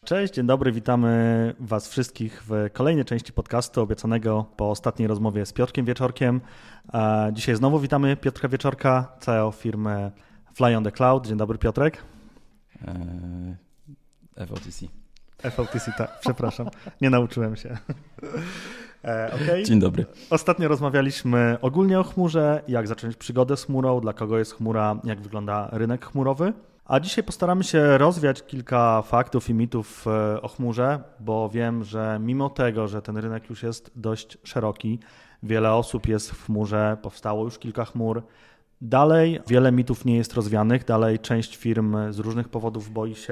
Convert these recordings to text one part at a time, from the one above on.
Cześć, dzień dobry, witamy Was wszystkich w kolejnej części podcastu obiecanego po ostatniej rozmowie z Piotrkiem Wieczorkiem. Dzisiaj znowu witamy Piotrka Wieczorka, CEO firmy Fly on the Cloud. Dzień dobry, Piotrek. FOTC. FOTC, tak, przepraszam, nie nauczyłem się. Okay. Dzień dobry. Ostatnio rozmawialiśmy ogólnie o chmurze, jak zacząć przygodę z chmurą, dla kogo jest chmura, jak wygląda rynek chmurowy. A dzisiaj postaramy się rozwiać kilka faktów i mitów o chmurze, bo wiem, że mimo tego, że ten rynek już jest dość szeroki, wiele osób jest w chmurze, powstało już kilka chmur, dalej wiele mitów nie jest rozwianych, dalej część firm z różnych powodów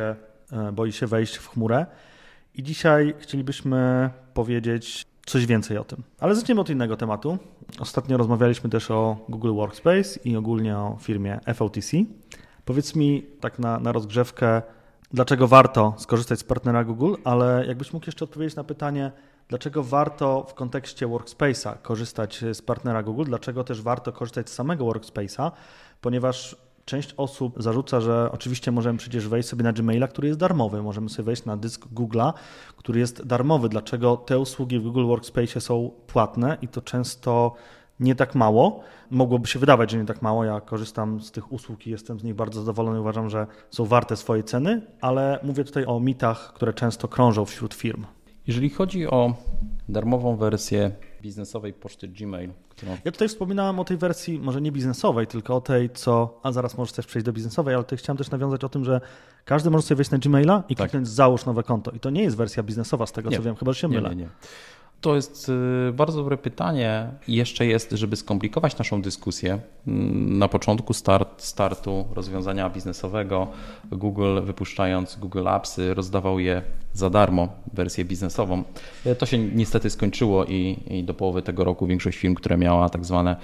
boi się wejść w chmurę i dzisiaj chcielibyśmy powiedzieć coś więcej o tym. Ale zaczniemy od innego tematu. Ostatnio rozmawialiśmy też o Google Workspace i ogólnie o firmie FOTC. Powiedz mi tak na rozgrzewkę, dlaczego warto skorzystać z partnera Google, ale jakbyś mógł jeszcze odpowiedzieć na pytanie, dlaczego warto w kontekście Workspace'a korzystać z partnera Google, dlaczego też warto korzystać z samego Workspace'a, ponieważ część osób zarzuca, że oczywiście możemy przecież wejść sobie na Gmaila, który jest darmowy, możemy sobie wejść na dysk Google'a, który jest darmowy. Dlaczego te usługi w Google Workspace są płatne i to często nie tak mało. Mogłoby się wydawać, że nie tak mało. Ja korzystam z tych usług i jestem z nich bardzo zadowolony. Uważam, że są warte swojej ceny, ale mówię tutaj o mitach, które często krążą wśród firm. Jeżeli chodzi o darmową wersję biznesowej poczty Gmail, Ja tutaj wspominałem o tej wersji, może nie biznesowej, tylko o tej, zaraz możesz też przejść do biznesowej, ale tutaj chciałem też nawiązać o tym, że każdy może sobie wejść na Gmaila i kliknąć załóż nowe konto. I to nie jest wersja biznesowa z tego, co wiem, chyba że się mylę. Nie. To jest bardzo dobre pytanie. Jeszcze jest, żeby skomplikować naszą dyskusję. Na początku startu rozwiązania biznesowego Google, wypuszczając Google Appsy, rozdawał je za darmo, wersję biznesową. To się niestety skończyło i do połowy tego roku większość firm, które miała tak zwane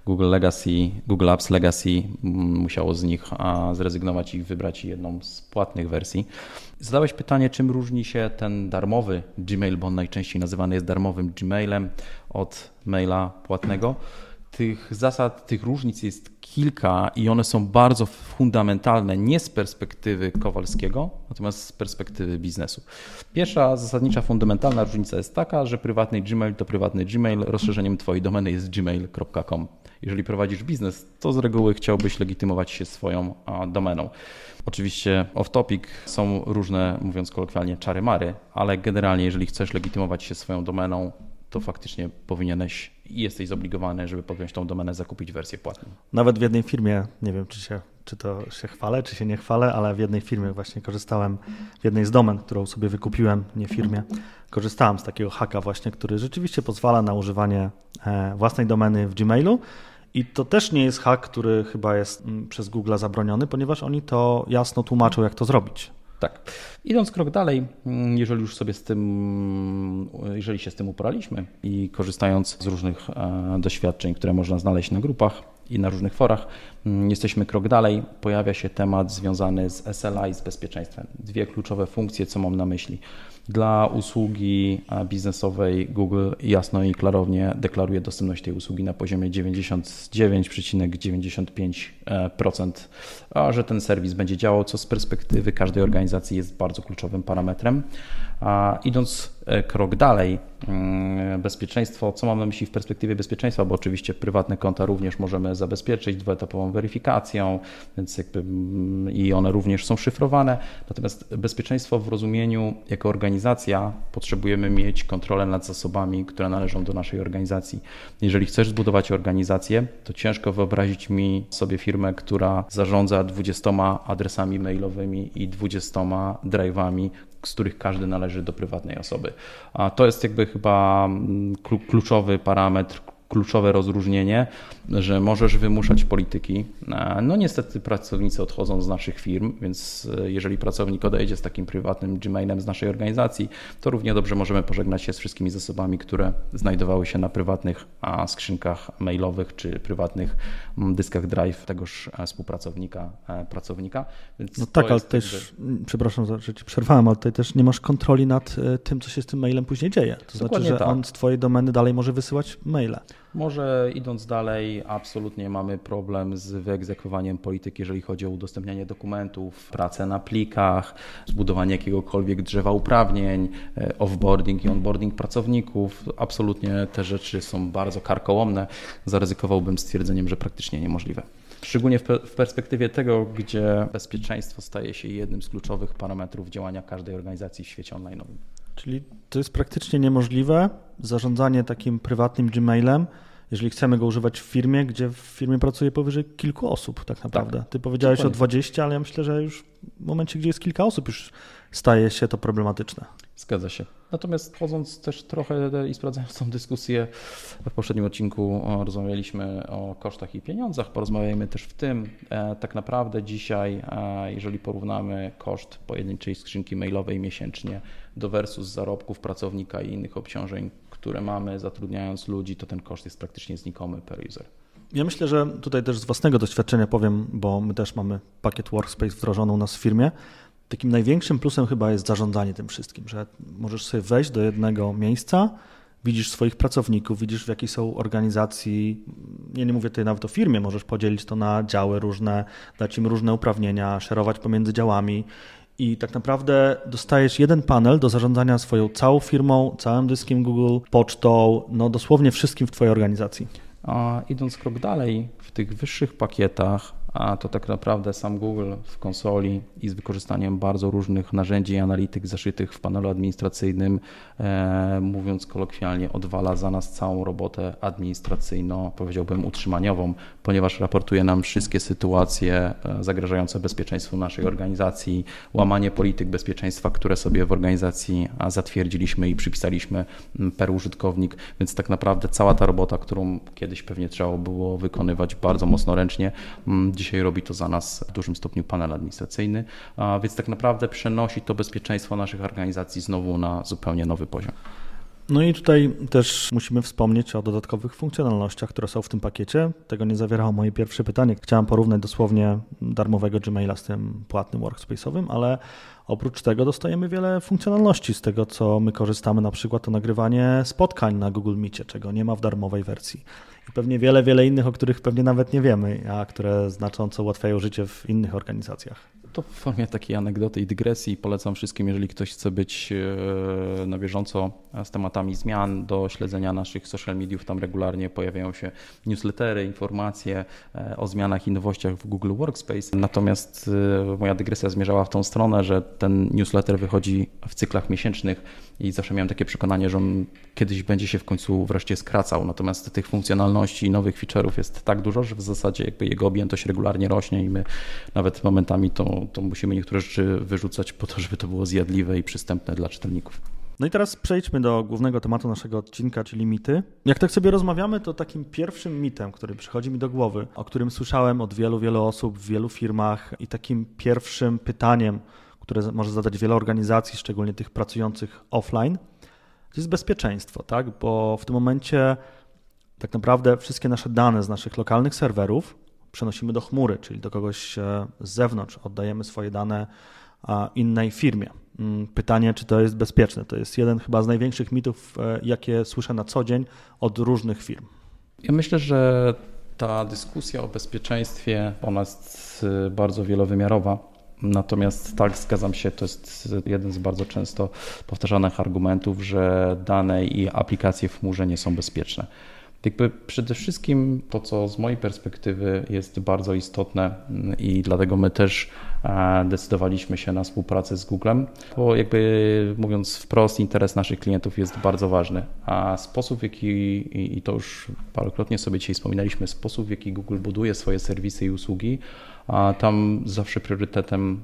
Google Apps Legacy, musiało z nich zrezygnować i wybrać jedną z płatnych wersji. Zadałeś pytanie, czym różni się ten darmowy Gmail, bo on najczęściej nazywany jest darmowym Gmailem, od maila płatnego. Tych różnic jest kilka i one są bardzo fundamentalne, nie z perspektywy Kowalskiego, natomiast z perspektywy biznesu. Pierwsza zasadnicza, fundamentalna różnica jest taka, że prywatny Gmail to prywatny Gmail, rozszerzeniem twojej domeny jest gmail.com. Jeżeli prowadzisz biznes, to z reguły chciałbyś legitymować się swoją domeną. Oczywiście off topic, są różne, mówiąc kolokwialnie, czary-mary, ale generalnie jeżeli chcesz legitymować się swoją domeną, to faktycznie powinieneś i jesteś zobligowany, żeby podjąć tą domenę, zakupić wersję płatną. Nawet w jednej firmie, nie wiem czy to się chwalę, czy się nie chwalę, ale w jednej firmie właśnie korzystałem, w jednej z domen, którą sobie wykupiłem, nie firmie, korzystałem z takiego haka właśnie, który rzeczywiście pozwala na używanie własnej domeny w Gmailu. I to też nie jest hak, który chyba jest przez Google zabroniony, ponieważ oni to jasno tłumaczą, jak to zrobić. Tak. Idąc krok dalej, jeżeli się z tym uporaliśmy i korzystając z różnych doświadczeń, które można znaleźć na grupach i na różnych forach, jesteśmy krok dalej, pojawia się temat związany z SLA i z bezpieczeństwem. Dwie kluczowe funkcje, co mam na myśli. Dla usługi biznesowej Google jasno i klarownie deklaruje dostępność tej usługi na poziomie 99,95%, a że ten serwis będzie działał, co z perspektywy każdej organizacji jest bardzo kluczowym parametrem. Idąc krok dalej, bezpieczeństwo, co mam na myśli w perspektywie bezpieczeństwa, bo oczywiście prywatne konta również możemy zabezpieczyć dwuetapową weryfikacją, więc i one również są szyfrowane, natomiast bezpieczeństwo w rozumieniu jako organizacja potrzebujemy mieć kontrolę nad zasobami, które należą do naszej organizacji. Jeżeli chcesz zbudować organizację, to ciężko wyobrazić mi sobie firmę, która zarządza 20 adresami mailowymi i 20 drive'ami, z których każdy należy do prywatnej osoby. A to jest jakby chyba kluczowy parametr, kluczowe rozróżnienie, że możesz wymuszać polityki. No niestety pracownicy odchodzą z naszych firm, więc jeżeli pracownik odejdzie z takim prywatnym Gmailem z naszej organizacji, to równie dobrze możemy pożegnać się z wszystkimi zasobami, które znajdowały się na prywatnych skrzynkach mailowych czy prywatnych dyskach drive tegoż pracownika. Więc no tak, ale też, przepraszam, że ci przerwałem, ale tutaj też nie masz kontroli nad tym, co się z tym mailem później dzieje. To znaczy, że on z twojej domeny dalej może wysyłać maile. Może idąc dalej, absolutnie mamy problem z wyegzekwowaniem polityki, jeżeli chodzi o udostępnianie dokumentów, pracę na plikach, zbudowanie jakiegokolwiek drzewa uprawnień, offboarding i onboarding pracowników. Absolutnie te rzeczy są bardzo karkołomne. Zaryzykowałbym stwierdzeniem, że praktycznie niemożliwe. Szczególnie w perspektywie tego, gdzie bezpieczeństwo staje się jednym z kluczowych parametrów działania każdej organizacji w świecie online'owym. Czyli to jest praktycznie niemożliwe, zarządzanie takim prywatnym Gmailem, jeżeli chcemy go używać w firmie, gdzie w firmie pracuje powyżej kilku osób tak naprawdę. Tak, ty powiedziałeś dokładnie. O 20, ale ja myślę, że już w momencie, gdzie jest kilka osób, już staje się to problematyczne. Zgadza się. Natomiast wchodząc też trochę i sprawdzając tą dyskusję, w poprzednim odcinku rozmawialiśmy o kosztach i pieniądzach, porozmawiajmy też w tym. Tak naprawdę dzisiaj, jeżeli porównamy koszt pojedynczej skrzynki mailowej miesięcznie do versus zarobków pracownika i innych obciążeń, które mamy zatrudniając ludzi, to ten koszt jest praktycznie znikomy per user. Ja myślę, że tutaj też z własnego doświadczenia powiem, bo my też mamy pakiet Workspace wdrożony u nas w firmie. Takim największym plusem chyba jest zarządzanie tym wszystkim, że możesz sobie wejść do jednego miejsca, widzisz swoich pracowników, widzisz w jakiej są organizacji, nie mówię tutaj nawet o firmie, możesz podzielić to na działy różne, dać im różne uprawnienia, szerować pomiędzy działami i tak naprawdę dostajesz jeden panel do zarządzania swoją całą firmą, całym dyskiem Google, pocztą, no dosłownie wszystkim w twojej organizacji. A idąc krok dalej, w tych wyższych pakietach, a to tak naprawdę sam Google w konsoli i z wykorzystaniem bardzo różnych narzędzi i analityk zaszytych w panelu administracyjnym, mówiąc kolokwialnie, odwala za nas całą robotę administracyjną, powiedziałbym utrzymaniową, ponieważ raportuje nam wszystkie sytuacje zagrażające bezpieczeństwu naszej organizacji, łamanie polityk bezpieczeństwa, które sobie w organizacji zatwierdziliśmy i przypisaliśmy per użytkownik, więc tak naprawdę cała ta robota, którą kiedyś pewnie trzeba było wykonywać bardzo mocno ręcznie, dzisiaj robi to za nas w dużym stopniu panel administracyjny, więc tak naprawdę przenosi to bezpieczeństwo naszych organizacji znowu na zupełnie nowy poziom. No i tutaj też musimy wspomnieć o dodatkowych funkcjonalnościach, które są w tym pakiecie. Tego nie zawierało moje pierwsze pytanie. Chciałem porównać dosłownie darmowego Gmaila z tym płatnym workspace'owym, ale oprócz tego dostajemy wiele funkcjonalności z tego, co my korzystamy, na przykład to nagrywanie spotkań na Google Meetie, czego nie ma w darmowej wersji. I pewnie wiele innych, o których pewnie nawet nie wiemy, a które znacząco ułatwiają życie w innych organizacjach. To w formie takiej anegdoty i dygresji polecam wszystkim, jeżeli ktoś chce być na bieżąco z tematami zmian, do śledzenia naszych social mediów. Tam regularnie pojawiają się newslettery, informacje o zmianach i nowościach w Google Workspace. Natomiast moja dygresja zmierzała w tą stronę, że ten newsletter wychodzi w cyklach miesięcznych i zawsze miałem takie przekonanie, że on kiedyś będzie się w końcu wreszcie skracał. Natomiast tych funkcjonalności i nowych feature'ów jest tak dużo, że w zasadzie jakby jego objętość regularnie rośnie i my nawet momentami to musimy niektóre rzeczy wyrzucać po to, żeby to było zjadliwe i przystępne dla czytelników. No i teraz przejdźmy do głównego tematu naszego odcinka, czyli mity. Jak tak sobie rozmawiamy, to takim pierwszym mitem, który przychodzi mi do głowy, o którym słyszałem od wielu osób w wielu firmach i takim pierwszym pytaniem, które może zadać wiele organizacji, szczególnie tych pracujących offline, to jest bezpieczeństwo, tak? Bo w tym momencie tak naprawdę wszystkie nasze dane z naszych lokalnych serwerów przenosimy do chmury, czyli do kogoś z zewnątrz, oddajemy swoje dane innej firmie. Pytanie, czy to jest bezpieczne? To jest jeden chyba z największych mitów, jakie słyszę na co dzień od różnych firm. Ja myślę, że ta dyskusja o bezpieczeństwie, ona jest bardzo wielowymiarowa. Natomiast tak, zgadzam się, to jest jeden z bardzo często powtarzanych argumentów, że dane i aplikacje w chmurze nie są bezpieczne. Jakby przede wszystkim to, co z mojej perspektywy jest bardzo istotne i dlatego my też decydowaliśmy się na współpracę z Googlem, bo jakby mówiąc wprost, interes naszych klientów jest bardzo ważny, a sposób, w jaki, i to już parokrotnie sobie dzisiaj wspominaliśmy, sposób, w jaki Google buduje swoje serwisy i usługi, a tam zawsze priorytetem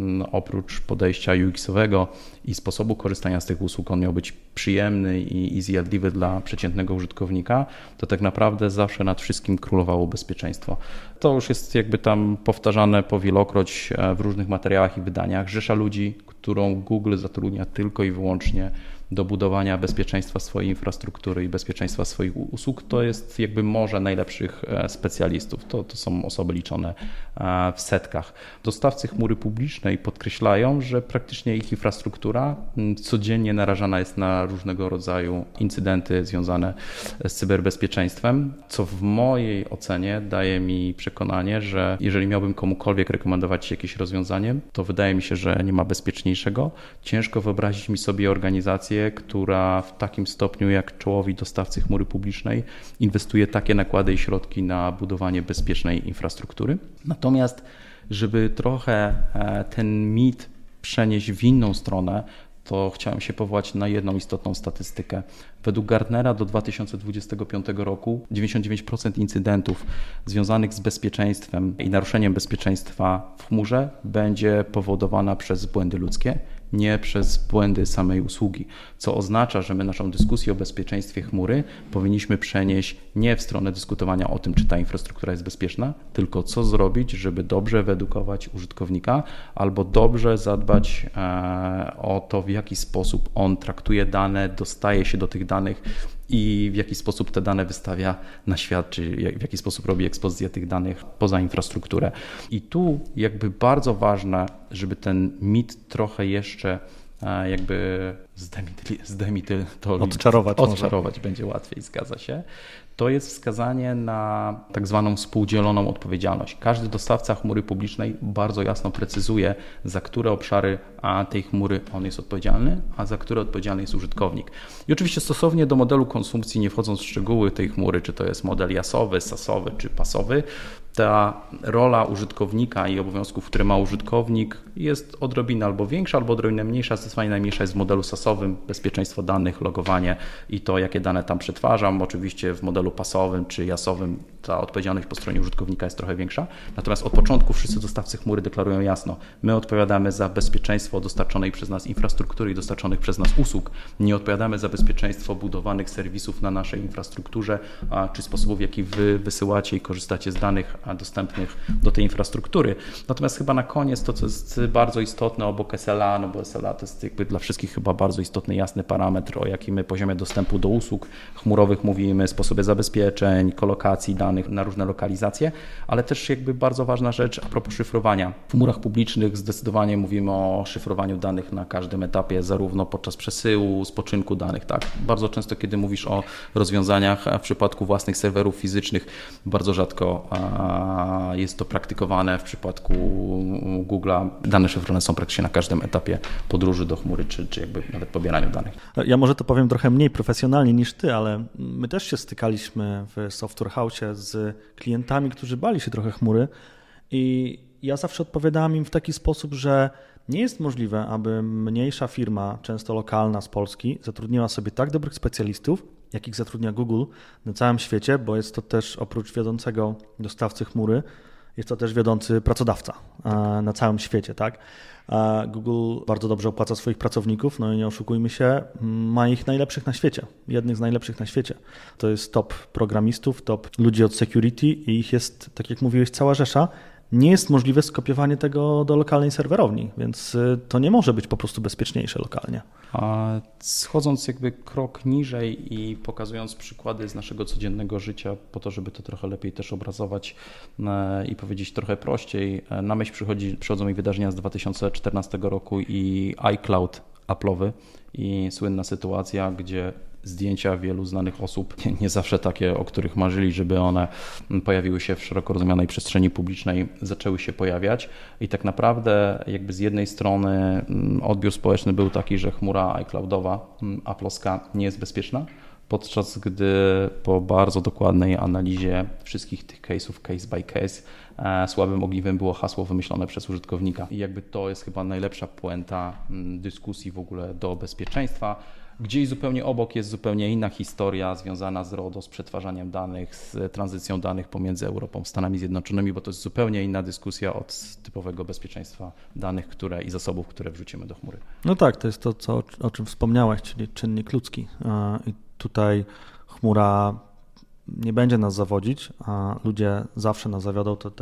oprócz podejścia UX-owego i sposobu korzystania z tych usług, on miał być przyjemny i zjadliwy dla przeciętnego użytkownika, to tak naprawdę zawsze nad wszystkim królowało bezpieczeństwo. To już jest jakby tam powtarzane powielokroć w różnych materiałach i wydaniach. Rzesza ludzi, którą Google zatrudnia tylko i wyłącznie do budowania bezpieczeństwa swojej infrastruktury i bezpieczeństwa swoich usług, to jest jakby morze najlepszych specjalistów. To są osoby liczone w setkach. Dostawcy chmury publicznej podkreślają, że praktycznie ich infrastruktura codziennie narażana jest na różnego rodzaju incydenty związane z cyberbezpieczeństwem, co w mojej ocenie daje mi przekonanie, że jeżeli miałbym komukolwiek rekomendować jakieś rozwiązanie, to wydaje mi się, że nie ma bezpieczniejszego. Ciężko wyobrazić mi sobie organizację, która w takim stopniu jak czołowi dostawcy chmury publicznej inwestuje takie nakłady i środki na budowanie bezpiecznej infrastruktury. Natomiast żeby trochę ten mit przenieść w inną stronę, to chciałem się powołać na jedną istotną statystykę. Według Gartnera do 2025 roku 99% incydentów związanych z bezpieczeństwem i naruszeniem bezpieczeństwa w chmurze będzie powodowana przez błędy ludzkie, nie przez błędy samej usługi, co oznacza, że my naszą dyskusję o bezpieczeństwie chmury powinniśmy przenieść nie w stronę dyskutowania o tym, czy ta infrastruktura jest bezpieczna, tylko co zrobić, żeby dobrze wyedukować użytkownika albo dobrze zadbać o to, w jaki sposób on traktuje dane, dostaje się do tych danych i w jaki sposób te dane wystawia na świat, czy w jaki sposób robi ekspozycję tych danych poza infrastrukturę. I tu jakby bardzo ważne, żeby ten mit trochę jeszcze jakby odczarować będzie łatwiej, zgadza się. To jest wskazanie na tak zwaną współdzieloną odpowiedzialność. Każdy dostawca chmury publicznej bardzo jasno precyzuje, za które obszary tej chmury on jest odpowiedzialny, a za które odpowiedzialny jest użytkownik. I oczywiście stosownie do modelu konsumpcji, nie wchodząc w szczegóły tej chmury, czy to jest model jasowy, sasowy czy pasowy, ta rola użytkownika i obowiązków, które ma użytkownik, jest odrobinę albo większa, albo odrobinę mniejsza. Zdecydowanie najmniejsza jest w modelu sasowym, bezpieczeństwo danych, logowanie i to, jakie dane tam przetwarzam. Oczywiście w modelu pasowym czy jasowym ta odpowiedzialność po stronie użytkownika jest trochę większa. Natomiast od początku wszyscy dostawcy chmury deklarują jasno, my odpowiadamy za bezpieczeństwo dostarczonej przez nas infrastruktury i dostarczonych przez nas usług. Nie odpowiadamy za bezpieczeństwo budowanych serwisów na naszej infrastrukturze, czy sposobów, w jaki wy wysyłacie i korzystacie z danych dostępnych do tej infrastruktury. Natomiast chyba na koniec to, co jest bardzo istotne obok SLA, no bo SLA to jest jakby dla wszystkich chyba bardzo istotny, jasny parametr, o jakim my poziomie dostępu do usług chmurowych mówimy, sposobie zabezpieczeń, kolokacji danych na różne lokalizacje, ale też jakby bardzo ważna rzecz a propos szyfrowania. W chmurach publicznych zdecydowanie mówimy o szyfrowaniu danych na każdym etapie, zarówno podczas przesyłu, spoczynku danych, tak? Bardzo często, kiedy mówisz o rozwiązaniach w przypadku własnych serwerów fizycznych, bardzo rzadko jest to praktykowane. W przypadku Google'a dane szyfrowane są praktycznie na każdym etapie podróży do chmury, czy jakby nawet pobieraniu danych. Ja może to powiem trochę mniej profesjonalnie niż ty, ale my też się stykaliśmy w Software House z klientami, którzy bali się trochę chmury i ja zawsze odpowiadałem im w taki sposób, że nie jest możliwe, aby mniejsza firma, często lokalna z Polski, zatrudniła sobie tak dobrych specjalistów, jakich zatrudnia Google na całym świecie, bo jest to też oprócz wiodącego dostawcy chmury, jest to też wiodący pracodawca na całym świecie, tak? Google bardzo dobrze opłaca swoich pracowników, no i nie oszukujmy się, ma ich najlepszych na świecie, jednych z najlepszych na świecie. To jest top programistów, top ludzi od security i ich jest, tak jak mówiłeś, cała rzesza. Nie jest możliwe skopiowanie tego do lokalnej serwerowni, więc to nie może być po prostu bezpieczniejsze lokalnie. A schodząc jakby krok niżej i pokazując przykłady z naszego codziennego życia, po to, żeby to trochę lepiej też obrazować i powiedzieć trochę prościej, na myśl przychodzą mi wydarzenia z 2014 roku i iCloud Apple'owy i słynna sytuacja, gdzie zdjęcia wielu znanych osób, nie zawsze takie, o których marzyli, żeby one pojawiły się w szeroko rozumianej przestrzeni publicznej, zaczęły się pojawiać i tak naprawdę jakby z jednej strony odbiór społeczny był taki, że chmura iCloudowa, Apple'owska nie jest bezpieczna, podczas gdy po bardzo dokładnej analizie wszystkich tych case'ów, case by case, słabym ogniwem było hasło wymyślone przez użytkownika. I jakby to jest chyba najlepsza puenta dyskusji w ogóle do bezpieczeństwa. Gdzieś zupełnie obok jest zupełnie inna historia związana z RODO, z przetwarzaniem danych, z tranzycją danych pomiędzy Europą a Stanami Zjednoczonymi, bo to jest zupełnie inna dyskusja od typowego bezpieczeństwa danych i zasobów, które wrzucimy do chmury. No tak, to jest to, o czym wspomniałeś, czyli czynnik ludzki. I tutaj chmura nie będzie nas zawodzić, a ludzie zawsze nas zawiodą, to też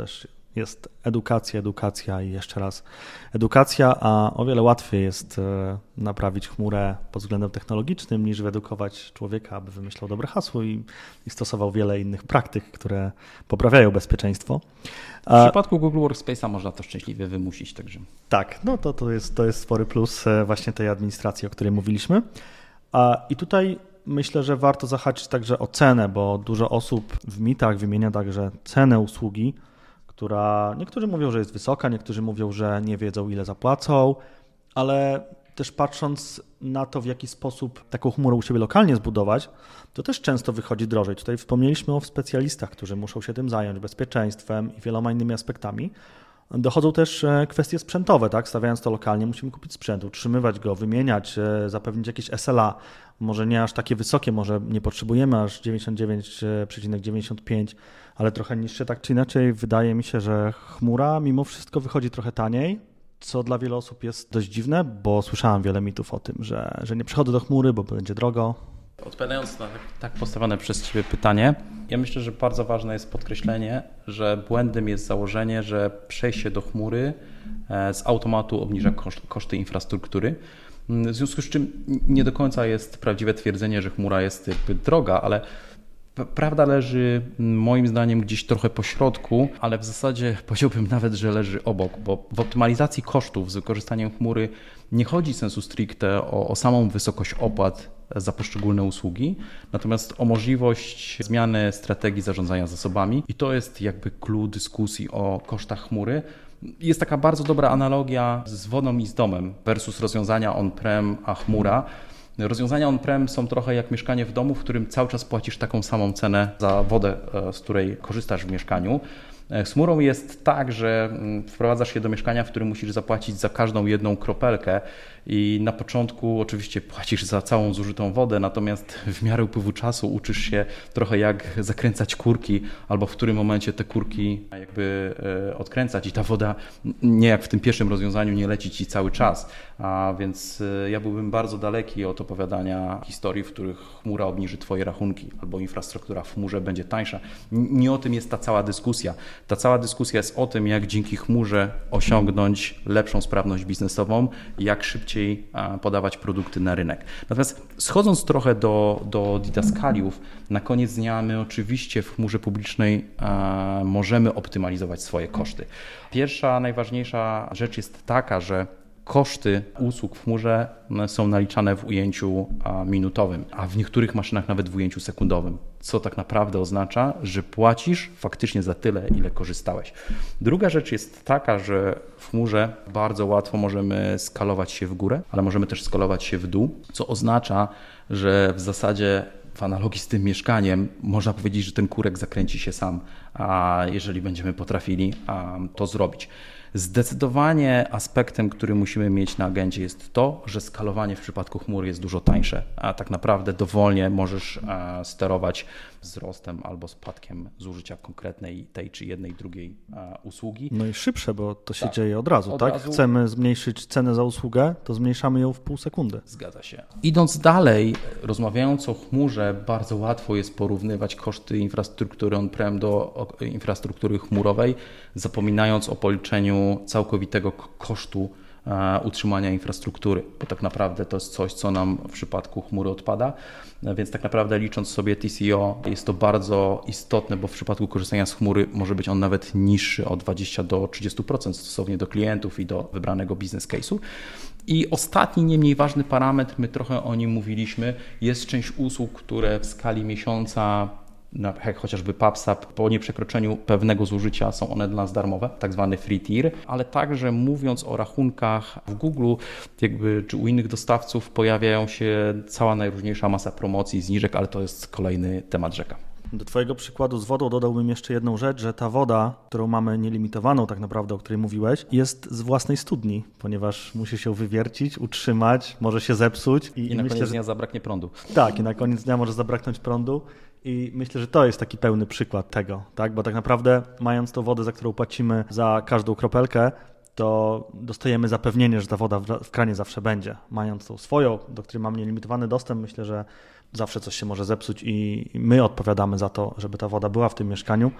jest edukacja i jeszcze raz edukacja, a o wiele łatwiej jest naprawić chmurę pod względem technologicznym niż wyedukować człowieka, aby wymyślał dobre hasło i stosował wiele innych praktyk, które poprawiają bezpieczeństwo. W przypadku Google Workspace'a można to szczęśliwie wymusić. Także. Tak, no to jest spory plus właśnie tej administracji, o której mówiliśmy. I tutaj myślę, że warto zahaczyć także o cenę, bo dużo osób w mitach wymienia także cenę usługi, która niektórzy mówią, że jest wysoka, niektórzy mówią, że nie wiedzą, ile zapłacą, ale też patrząc na to, w jaki sposób taką chmurę u siebie lokalnie zbudować, to też często wychodzi drożej. Tutaj wspomnieliśmy o specjalistach, którzy muszą się tym zająć, bezpieczeństwem i wieloma innymi aspektami. Dochodzą też kwestie sprzętowe, tak? Stawiając to lokalnie, musimy kupić sprzęt, utrzymywać go, wymieniać, zapewnić jakieś SLA. Może nie aż takie wysokie, może nie potrzebujemy aż 99,95, ale trochę niższe. Tak czy inaczej, wydaje mi się, że chmura mimo wszystko wychodzi trochę taniej, co dla wielu osób jest dość dziwne, bo słyszałem wiele mitów o tym, że nie przychodzę do chmury, bo będzie drogo. Odpowiadając na tak postawione przez Ciebie pytanie, ja myślę, że bardzo ważne jest podkreślenie, że błędem jest założenie, że przejście do chmury z automatu obniża koszty infrastruktury. W związku z czym nie do końca jest prawdziwe twierdzenie, że chmura jest jakby droga, ale prawda leży moim zdaniem gdzieś trochę po środku, ale w zasadzie powiedziałbym nawet, że leży obok, bo w optymalizacji kosztów z wykorzystaniem chmury nie chodzi sensu stricte o samą wysokość opłat za poszczególne usługi, natomiast o możliwość zmiany strategii zarządzania zasobami i to jest jakby clue dyskusji o kosztach chmury. Jest taka bardzo dobra analogia z wodą i z domem versus rozwiązania on-prem a chmura. Rozwiązania on-prem są trochę jak mieszkanie w domu, w którym cały czas płacisz taką samą cenę za wodę, z której korzystasz w mieszkaniu. Z chmurą jest tak, że wprowadzasz się do mieszkania, w którym musisz zapłacić za każdą jedną kropelkę i na początku oczywiście płacisz za całą zużytą wodę, natomiast w miarę upływu czasu uczysz się trochę jak zakręcać kurki albo w którym momencie te kurki jakby odkręcać i ta woda nie jak w tym pierwszym rozwiązaniu nie leci ci cały czas, a więc ja byłbym bardzo daleki od opowiadania historii, w których chmura obniży twoje rachunki albo infrastruktura w chmurze będzie tańsza. Nie o tym jest ta cała dyskusja. Ta cała dyskusja jest o tym, jak dzięki chmurze osiągnąć lepszą sprawność biznesową, jak szybciej podawać produkty na rynek. Natomiast schodząc trochę do didaskaliów, na koniec dnia my oczywiście w chmurze publicznej możemy optymalizować swoje koszty. Pierwsza, najważniejsza rzecz jest taka, że koszty usług w chmurze są naliczane w ujęciu minutowym, a w niektórych maszynach nawet w ujęciu sekundowym, co tak naprawdę oznacza, że płacisz faktycznie za tyle, ile korzystałeś. Druga rzecz jest taka, że w chmurze bardzo łatwo możemy skalować się w górę, ale możemy też skalować się w dół, co oznacza, że w zasadzie w analogii z tym mieszkaniem można powiedzieć, że ten kurek zakręci się sam, jeżeli będziemy potrafili to zrobić. Zdecydowanie aspektem, który musimy mieć na agendzie jest to, że skalowanie w przypadku chmury jest dużo tańsze, a tak naprawdę dowolnie możesz sterować wzrostem albo spadkiem zużycia konkretnej tej czy jednej, drugiej usługi. No i szybsze, bo to się dzieje od razu, tak? Chcemy zmniejszyć cenę za usługę, to zmniejszamy ją w pół sekundy. Zgadza się. Idąc dalej, rozmawiając o chmurze, bardzo łatwo jest porównywać koszty infrastruktury on-prem do infrastruktury chmurowej, zapominając o policzeniu całkowitego kosztu utrzymania infrastruktury, bo tak naprawdę to jest coś, co nam w przypadku chmury odpada, więc tak naprawdę licząc sobie TCO jest to bardzo istotne, bo w przypadku korzystania z chmury może być on nawet niższy o 20 do 30% stosownie do klientów i do wybranego business case'u. I ostatni, nie mniej ważny parametr, my trochę o nim mówiliśmy, jest część usług, które w skali miesiąca, jak chociażby PubSub, po nieprzekroczeniu pewnego zużycia są one dla nas darmowe, tak zwany free tier, ale także mówiąc o rachunkach w Google czy u innych dostawców pojawiają się cała najróżniejsza masa promocji, zniżek, ale to jest kolejny temat rzeka. Do Twojego przykładu z wodą dodałbym jeszcze jedną rzecz, że ta woda, którą mamy nielimitowaną tak naprawdę, o której mówiłeś, jest z własnej studni, ponieważ musi się wywiercić, utrzymać, może się zepsuć. I na koniec dnia zabraknie prądu. Tak, i na koniec dnia może zabraknąć prądu. I myślę, że to jest taki pełny przykład tego, tak? Bo tak naprawdę mając tą wodę, za którą płacimy za każdą kropelkę, to dostajemy zapewnienie, że ta woda w kranie zawsze będzie. Mając tą swoją, do której mamy nielimitowany dostęp, myślę, że zawsze coś się może zepsuć i my odpowiadamy za to, żeby ta woda była w tym mieszkaniu,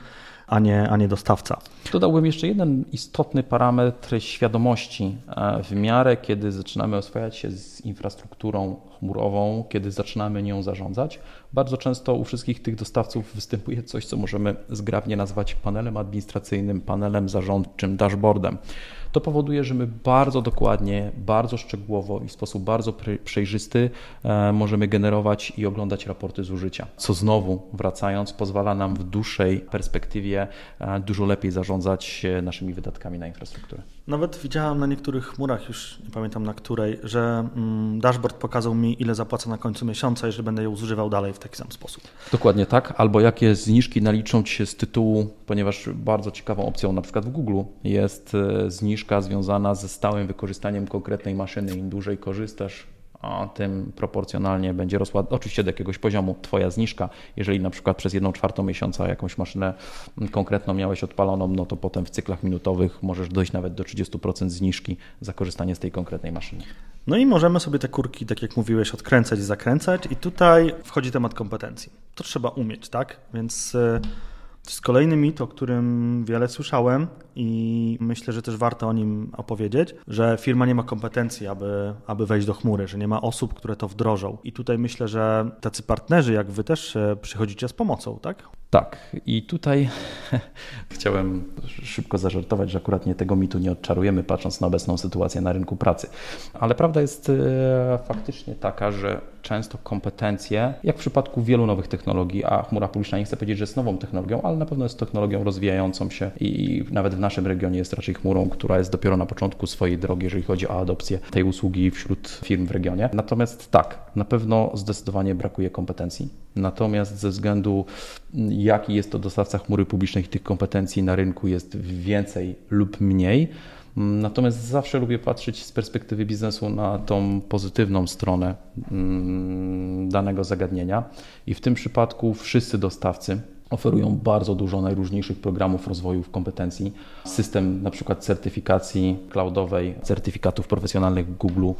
a nie dostawca. Dodałbym jeszcze jeden istotny parametr świadomości. W miarę, kiedy zaczynamy oswajać się z infrastrukturą chmurową, kiedy zaczynamy nią zarządzać, bardzo często u wszystkich tych dostawców występuje coś, co możemy zgrabnie nazwać panelem administracyjnym, panelem zarządczym, dashboardem. To powoduje, że my bardzo dokładnie, bardzo szczegółowo i w sposób bardzo przejrzysty możemy generować i oglądać raporty zużycia, co znowu, wracając, pozwala nam w dłuższej perspektywie dużo lepiej zarządzać naszymi wydatkami na infrastrukturę. Nawet widziałem na niektórych chmurach, już nie pamiętam na której, że dashboard pokazał mi, ile zapłacę na końcu miesiąca, jeżeli będę ją zużywał dalej w taki sam sposób. Dokładnie tak, albo jakie zniżki naliczą Ci się z tytułu, ponieważ bardzo ciekawą opcją na przykład w Google jest zniżka związana ze stałym wykorzystaniem konkretnej maszyny. Im dłużej korzystasz, a tym proporcjonalnie będzie rosła oczywiście do jakiegoś poziomu Twoja zniżka. Jeżeli na przykład przez 1/4 miesiąca jakąś maszynę konkretną miałeś odpaloną, no to potem w cyklach minutowych możesz dojść nawet do 30% zniżki za korzystanie z tej konkretnej maszyny. No i możemy sobie te kurki, tak jak mówiłeś, odkręcać i zakręcać i tutaj wchodzi temat kompetencji. To trzeba umieć, tak? Więc to jest kolejny mit, o którym wiele słyszałem i myślę, że też warto o nim opowiedzieć, że firma nie ma kompetencji, aby wejść do chmury, że nie ma osób, które to wdrożą. I tutaj myślę, że tacy partnerzy jak wy też przychodzicie z pomocą, tak? Tak, i tutaj chciałem szybko zażartować, że akurat tego mitu nie odczarujemy, patrząc na obecną sytuację na rynku pracy. Ale prawda jest faktycznie taka, że często kompetencje, jak w przypadku wielu nowych technologii, a chmura publiczna nie chcę powiedzieć, że jest nową technologią, ale na pewno jest technologią rozwijającą się i nawet w naszym regionie jest raczej chmurą, która jest dopiero na początku swojej drogi, jeżeli chodzi o adopcję tej usługi wśród firm w regionie. Natomiast tak, na pewno zdecydowanie brakuje kompetencji. Natomiast ze względu jaki jest to dostawca chmury publicznej, tych kompetencji na rynku jest więcej lub mniej. Natomiast zawsze lubię patrzeć z perspektywy biznesu na tą pozytywną stronę danego zagadnienia i w tym przypadku wszyscy dostawcy oferują bardzo dużo najróżniejszych programów rozwoju kompetencji. System na przykład certyfikacji cloudowej, certyfikatów profesjonalnych w Google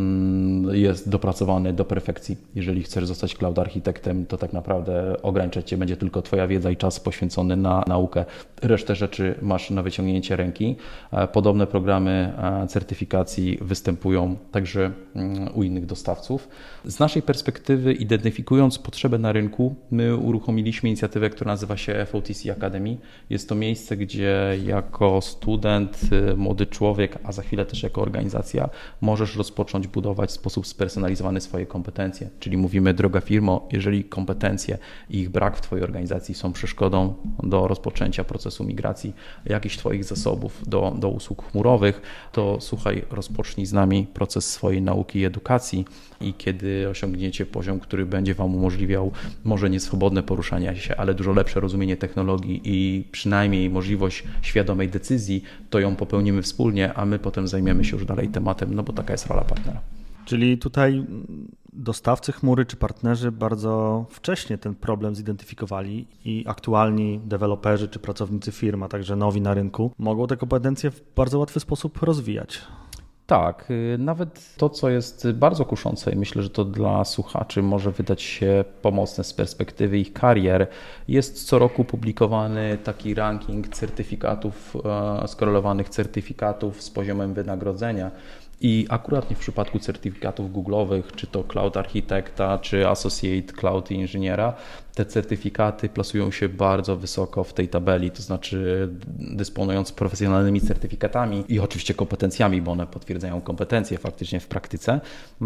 jest dopracowany do perfekcji. Jeżeli chcesz zostać cloud architektem, to tak naprawdę ograniczać Cię będzie tylko Twoja wiedza i czas poświęcony na naukę. Resztę rzeczy masz na wyciągnięcie ręki. Podobne programy certyfikacji występują także u innych dostawców. Z naszej perspektywy, identyfikując potrzebę na rynku, my uruchomiliśmy inicjatywę, która nazywa się FOTC Academy. Jest to miejsce, gdzie jako student, młody człowiek, a za chwilę też jako organizacja możesz rozpocząć budować w sposób spersonalizowany swoje kompetencje. Czyli mówimy, droga firmo, jeżeli kompetencje i ich brak w Twojej organizacji są przeszkodą do rozpoczęcia procesu migracji jakichś Twoich zasobów do usług chmurowych, to słuchaj, rozpocznij z nami proces swojej nauki i edukacji i kiedy osiągniecie poziom, który będzie Wam umożliwiał może nie swobodne poruszanie się, ale dużo lepsze rozumienie technologii i przynajmniej możliwość świadomej decyzji, to ją popełnimy wspólnie, a my potem zajmiemy się już dalej tematem, no bo taka jest rola partnera. Czyli tutaj dostawcy chmury czy partnerzy bardzo wcześnie ten problem zidentyfikowali i aktualni deweloperzy czy pracownicy firm, a także nowi na rynku mogą te kompetencje w bardzo łatwy sposób rozwijać. Tak, nawet to, co jest bardzo kuszące i myślę, że to dla słuchaczy może wydać się pomocne z perspektywy ich karier, jest co roku publikowany taki ranking certyfikatów, skorelowanych certyfikatów z poziomem wynagrodzenia. I akurat w przypadku certyfikatów Google'owych, czy to Cloud Architekta, czy Associate Cloud Inżyniera, te certyfikaty plasują się bardzo wysoko w tej tabeli, to znaczy dysponując profesjonalnymi certyfikatami i oczywiście kompetencjami, bo one potwierdzają kompetencje faktycznie w praktyce,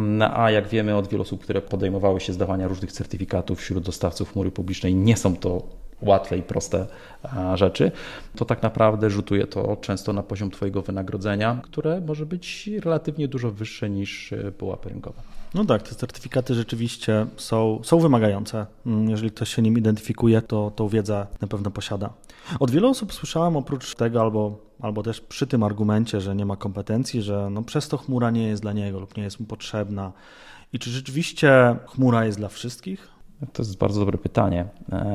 a jak wiemy od wielu osób, które podejmowały się zdawania różnych certyfikatów wśród dostawców chmury publicznej, nie są to łatwe i proste rzeczy, to tak naprawdę rzutuje to często na poziom Twojego wynagrodzenia, które może być relatywnie dużo wyższe niż pułapy rynkowe. No tak, te certyfikaty rzeczywiście są wymagające. Jeżeli ktoś się nim identyfikuje, to tą wiedzę na pewno posiada. Od wielu osób słyszałem oprócz tego albo też przy tym argumencie, że nie ma kompetencji, że przez to chmura nie jest dla niego lub nie jest mu potrzebna. I czy rzeczywiście chmura jest dla wszystkich? To jest bardzo dobre pytanie.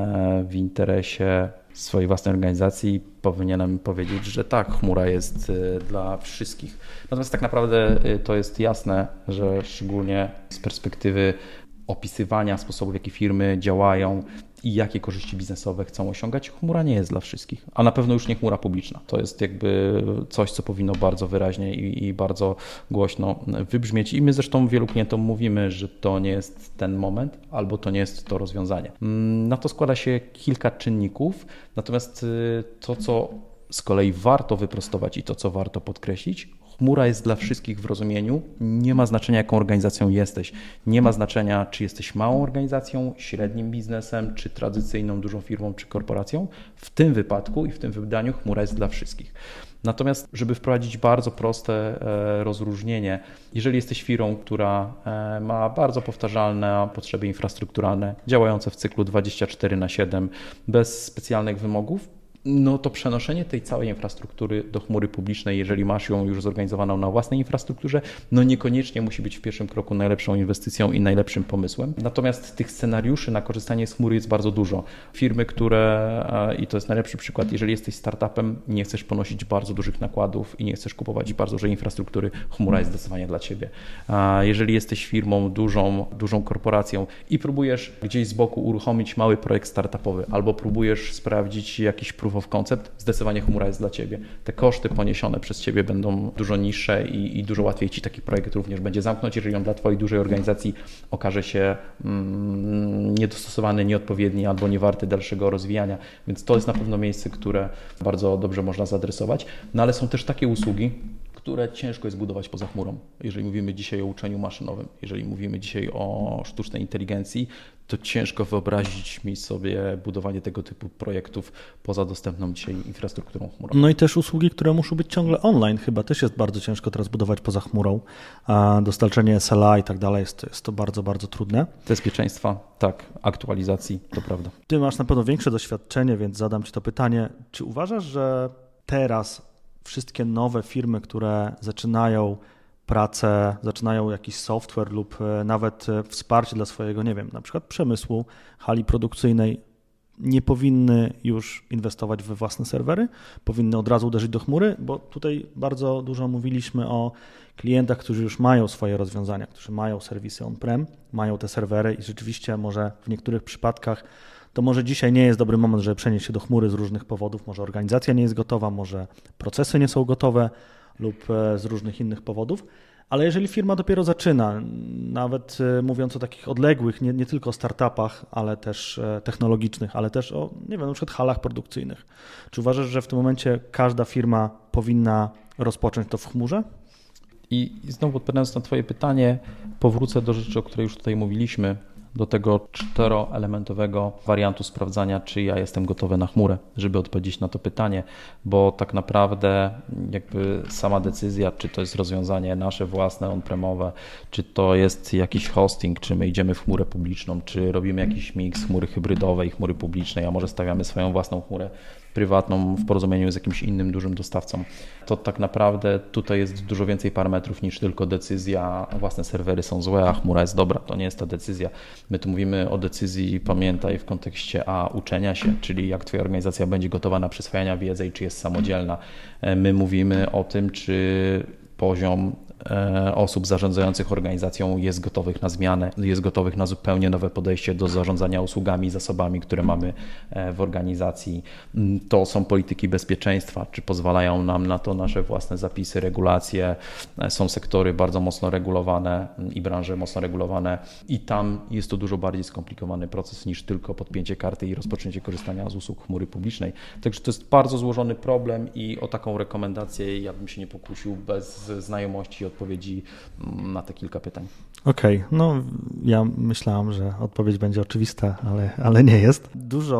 W interesie swojej własnej organizacji powinienem powiedzieć, że tak, chmura jest dla wszystkich. Natomiast tak naprawdę to jest jasne, że szczególnie z perspektywy opisywania sposobu, w jaki firmy działają i jakie korzyści biznesowe chcą osiągać, chmura nie jest dla wszystkich, a na pewno już nie chmura publiczna. To jest jakby coś, co powinno bardzo wyraźnie i bardzo głośno wybrzmieć i my zresztą wielu klientom mówimy, że to nie jest ten moment albo to nie jest to rozwiązanie. Na to składa się kilka czynników, natomiast to, co z kolei warto wyprostować i to, co warto podkreślić, chmura jest dla wszystkich w rozumieniu, nie ma znaczenia, jaką organizacją jesteś. Nie ma znaczenia, czy jesteś małą organizacją, średnim biznesem, czy tradycyjną, dużą firmą, czy korporacją. W tym wypadku i w tym wydaniu chmura jest dla wszystkich. Natomiast, żeby wprowadzić bardzo proste rozróżnienie, jeżeli jesteś firmą, która ma bardzo powtarzalne potrzeby infrastrukturalne, działające w cyklu 24/7, bez specjalnych wymogów, no to przenoszenie tej całej infrastruktury do chmury publicznej, jeżeli masz ją już zorganizowaną na własnej infrastrukturze, no niekoniecznie musi być w pierwszym kroku najlepszą inwestycją i najlepszym pomysłem. Natomiast tych scenariuszy na korzystanie z chmury jest bardzo dużo. Firmy, i to jest najlepszy przykład, jeżeli jesteś startupem, nie chcesz ponosić bardzo dużych nakładów i nie chcesz kupować bardzo dużej infrastruktury, chmura jest zdecydowanie dla Ciebie. A jeżeli jesteś firmą dużą korporacją i próbujesz gdzieś z boku uruchomić mały projekt startupowy albo próbujesz sprawdzić jakiś proof of concept, zdecydowanie chmura jest dla Ciebie. Te koszty poniesione przez Ciebie będą dużo niższe i dużo łatwiej Ci taki projekt również będzie zamknąć, jeżeli on dla Twojej dużej organizacji okaże się niedostosowany, nieodpowiedni albo niewarty dalszego rozwijania. Więc to jest na pewno miejsce, które bardzo dobrze można zaadresować. No ale są też takie usługi, które ciężko jest budować poza chmurą. Jeżeli mówimy dzisiaj o uczeniu maszynowym, jeżeli mówimy dzisiaj o sztucznej inteligencji, to ciężko wyobrazić mi sobie budowanie tego typu projektów poza dostępną dzisiaj infrastrukturą chmurową. No i też usługi, które muszą być ciągle online, chyba też jest bardzo ciężko teraz budować poza chmurą. A dostarczenie SLA i tak dalej jest to bardzo, bardzo trudne. Bezpieczeństwa, tak, aktualizacji, to prawda. Ty masz na pewno większe doświadczenie, więc zadam Ci to pytanie. Czy uważasz, że teraz wszystkie nowe firmy, które zaczynają pracę, zaczynają jakiś software lub nawet wsparcie dla swojego, nie wiem, na przykład przemysłu, hali produkcyjnej, nie powinny już inwestować we własne serwery, powinny od razu uderzyć do chmury, bo tutaj bardzo dużo mówiliśmy o klientach, którzy już mają swoje rozwiązania, którzy mają serwisy on-prem, mają te serwery i rzeczywiście może w niektórych przypadkach to może dzisiaj nie jest dobry moment, żeby przenieść się do chmury z różnych powodów, może organizacja nie jest gotowa, może procesy nie są gotowe lub z różnych innych powodów, ale jeżeli firma dopiero zaczyna, nawet mówiąc o takich odległych, nie tylko o startupach, ale też technologicznych, ale też o, nie wiem, na przykład halach produkcyjnych, czy uważasz, że w tym momencie każda firma powinna rozpocząć to w chmurze? I znowu odpowiadając na Twoje pytanie, powrócę do rzeczy, o której już tutaj mówiliśmy, do tego 4-elementowego wariantu sprawdzania, czy ja jestem gotowy na chmurę, żeby odpowiedzieć na to pytanie, bo tak naprawdę jakby sama decyzja, czy to jest rozwiązanie nasze własne, on-premowe, czy to jest jakiś hosting, czy my idziemy w chmurę publiczną, czy robimy jakiś miks chmury hybrydowej, chmury publicznej, a może stawiamy swoją własną chmurę prywatną w porozumieniu z jakimś innym dużym dostawcą, to tak naprawdę tutaj jest dużo więcej parametrów niż tylko decyzja, własne serwery są złe, a chmura jest dobra. To nie jest ta decyzja. My tu mówimy o decyzji, pamiętaj, w kontekście uczenia się, czyli jak Twoja organizacja będzie gotowa na przyswajania wiedzy i czy jest samodzielna. My mówimy o tym, czy poziom osób zarządzających organizacją jest gotowych na zmianę, jest gotowych na zupełnie nowe podejście do zarządzania usługami i zasobami, które mamy w organizacji. To są polityki bezpieczeństwa, czy pozwalają nam na to nasze własne zapisy, regulacje. Są sektory bardzo mocno regulowane i branże mocno regulowane i tam jest to dużo bardziej skomplikowany proces niż tylko podpięcie karty i rozpoczęcie korzystania z usług chmury publicznej. Także to jest bardzo złożony problem i o taką rekomendację ja bym się nie pokusił bez znajomości i odpowiedzi na te kilka pytań. Okej, no ja myślałam, że odpowiedź będzie oczywista, ale nie jest.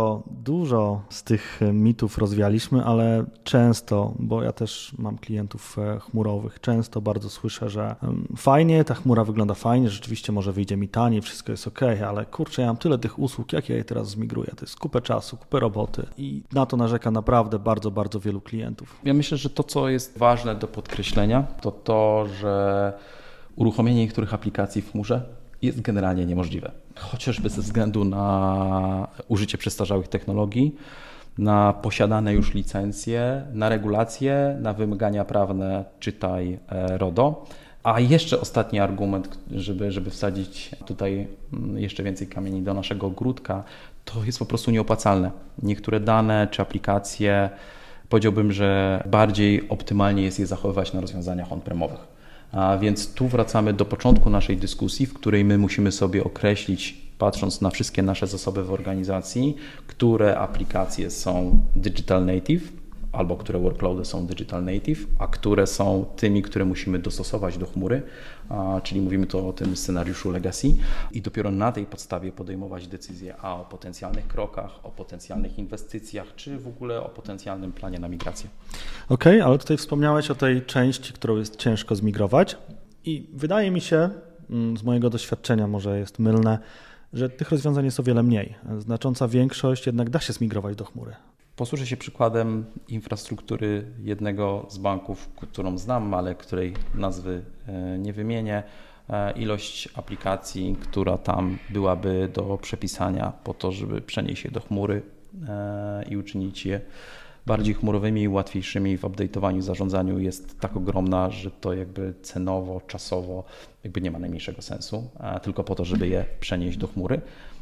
Dużo z tych mitów rozwialiśmy, ale często, bo ja też mam klientów chmurowych, często bardzo słyszę, że fajnie, ta chmura wygląda fajnie, rzeczywiście może wyjdzie mi taniej, wszystko jest okej, ale kurczę, ja mam tyle tych usług, jak ja je teraz zmigruję? To jest kupę czasu, kupę roboty i na to narzeka naprawdę bardzo, bardzo wielu klientów. Ja myślę, że to, co jest ważne do podkreślenia, to, że uruchomienie niektórych aplikacji w chmurze jest generalnie niemożliwe. Chociażby ze względu na użycie przestarzałych technologii, na posiadane już licencje, na regulacje, na wymagania prawne, czytaj RODO, A jeszcze ostatni argument, żeby wsadzić tutaj jeszcze więcej kamieni do naszego ogródka, to jest po prostu nieopłacalne. Niektóre dane czy aplikacje, powiedziałbym, że bardziej optymalnie jest je zachowywać na rozwiązaniach on-premowych. A więc tu wracamy do początku naszej dyskusji, w której my musimy sobie określić, patrząc na wszystkie nasze zasoby w organizacji, które aplikacje są digital native, albo które workloady są digital native, a które są tymi, które musimy dostosować do chmury, czyli mówimy tu o tym scenariuszu legacy i dopiero na tej podstawie podejmować decyzje o potencjalnych krokach, o potencjalnych inwestycjach, czy w ogóle o potencjalnym planie na migrację. Okej, ale tutaj wspomniałeś o tej części, którą jest ciężko zmigrować i wydaje mi się, z mojego doświadczenia może jest mylne, że tych rozwiązań jest o wiele mniej. Znacząca większość jednak da się zmigrować do chmury. Posłużę się przykładem infrastruktury jednego z banków, którą znam, ale której nazwy nie wymienię. Ilość aplikacji, która tam byłaby do przepisania po to, żeby przenieść je do chmury i uczynić je bardziej chmurowymi i łatwiejszymi w update'owaniu, zarządzaniu jest tak ogromna, że to jakby cenowo, czasowo jakby nie ma najmniejszego sensu, tylko po to, żeby je przenieść do chmury.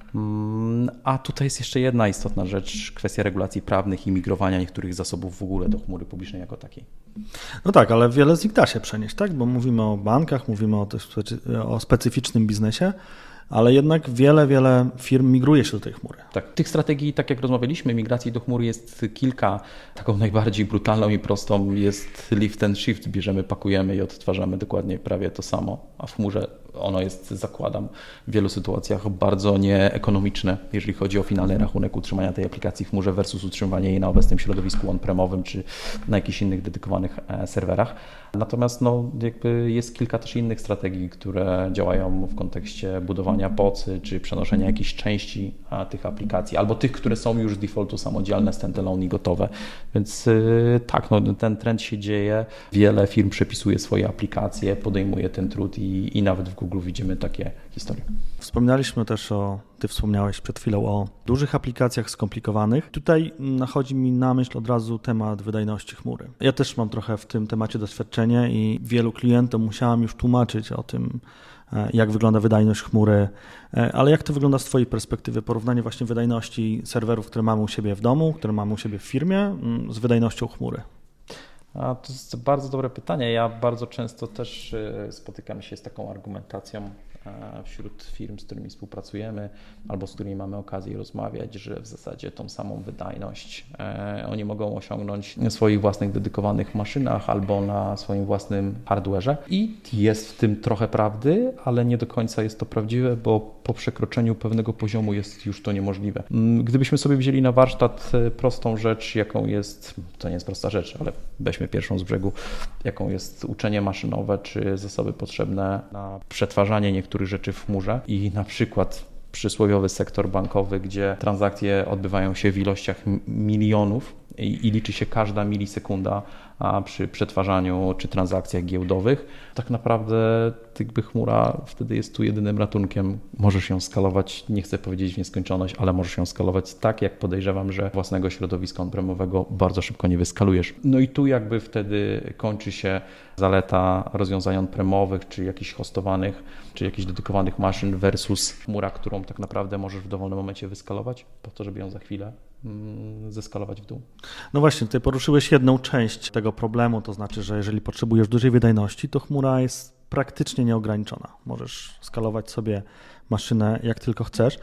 A tutaj jest jeszcze jedna istotna rzecz, kwestia regulacji prawnych i migrowania niektórych zasobów w ogóle do chmury publicznej jako takiej. No tak, ale wiele z nich da się przenieść, tak? Bo mówimy o bankach, mówimy o specyficznym biznesie, ale jednak wiele firm migruje się do tej chmury. Tak, tych strategii, tak jak rozmawialiśmy, migracji do chmury jest kilka. Taką najbardziej brutalną i prostą jest lift and shift. Bierzemy, pakujemy i odtwarzamy dokładnie prawie to samo, a w chmurze ono jest, zakładam, w wielu sytuacjach bardzo nieekonomiczne, jeżeli chodzi o finalny rachunek utrzymania tej aplikacji w chmurze versus utrzymywanie jej na obecnym środowisku on-premowym czy na jakichś innych dedykowanych serwerach. Natomiast jakby jest kilka też innych strategii, które działają w kontekście budowania POC-y czy przenoszenia jakichś części tych aplikacji, albo tych, które są już z defaultu samodzielne, standalone i gotowe. Więc tak, ten trend się dzieje. Wiele firm przepisuje swoje aplikacje, podejmuje ten trud i nawet w Google widzimy takie historie. Wspominaliśmy też ty wspomniałeś przed chwilą o dużych aplikacjach skomplikowanych. Tutaj nachodzi mi na myśl od razu temat wydajności chmury. Ja też mam trochę w tym temacie doświadczenie i wielu klientom musiałem już tłumaczyć o tym, jak wygląda wydajność chmury, ale jak to wygląda z Twojej perspektywy? Porównanie właśnie wydajności serwerów, które mamy u siebie w domu, które mamy u siebie w firmie, z wydajnością chmury. To jest bardzo dobre pytanie. Ja bardzo często też spotykam się z taką argumentacją wśród firm, z którymi współpracujemy albo z którymi mamy okazję rozmawiać, że w zasadzie tą samą wydajność oni mogą osiągnąć na swoich własnych dedykowanych maszynach albo na swoim własnym hardware'ze. I jest w tym trochę prawdy, ale nie do końca jest to prawdziwe, bo po przekroczeniu pewnego poziomu jest już to niemożliwe. Gdybyśmy sobie wzięli na warsztat prostą rzecz, jaką jest, to nie jest prosta rzecz, ale weźmy pierwszą z brzegu, jaką jest uczenie maszynowe czy zasoby potrzebne na przetwarzanie niektórych rzeczy w chmurze i na przykład przysłowiowy sektor bankowy, gdzie transakcje odbywają się w ilościach milionów i liczy się każda milisekunda przy przetwarzaniu czy transakcjach giełdowych. Tak naprawdę jakby chmura wtedy jest tu jedynym ratunkiem. Możesz ją skalować, nie chcę powiedzieć w nieskończoność, ale możesz ją skalować tak, jak podejrzewam, że własnego środowiska on-premowego bardzo szybko nie wyskalujesz. No i tu jakby wtedy kończy się zaleta rozwiązań on-premowych, czy jakichś hostowanych, czy jakichś dedykowanych maszyn versus chmura, którą tak naprawdę możesz w dowolnym momencie wyskalować, po to, żeby ją za chwilę zeskalować w dół. No właśnie, tutaj poruszyłeś jedną część tego problemu, to znaczy, że jeżeli potrzebujesz dużej wydajności, to chmura jest praktycznie nieograniczona. Możesz skalować sobie maszynę jak tylko chcesz.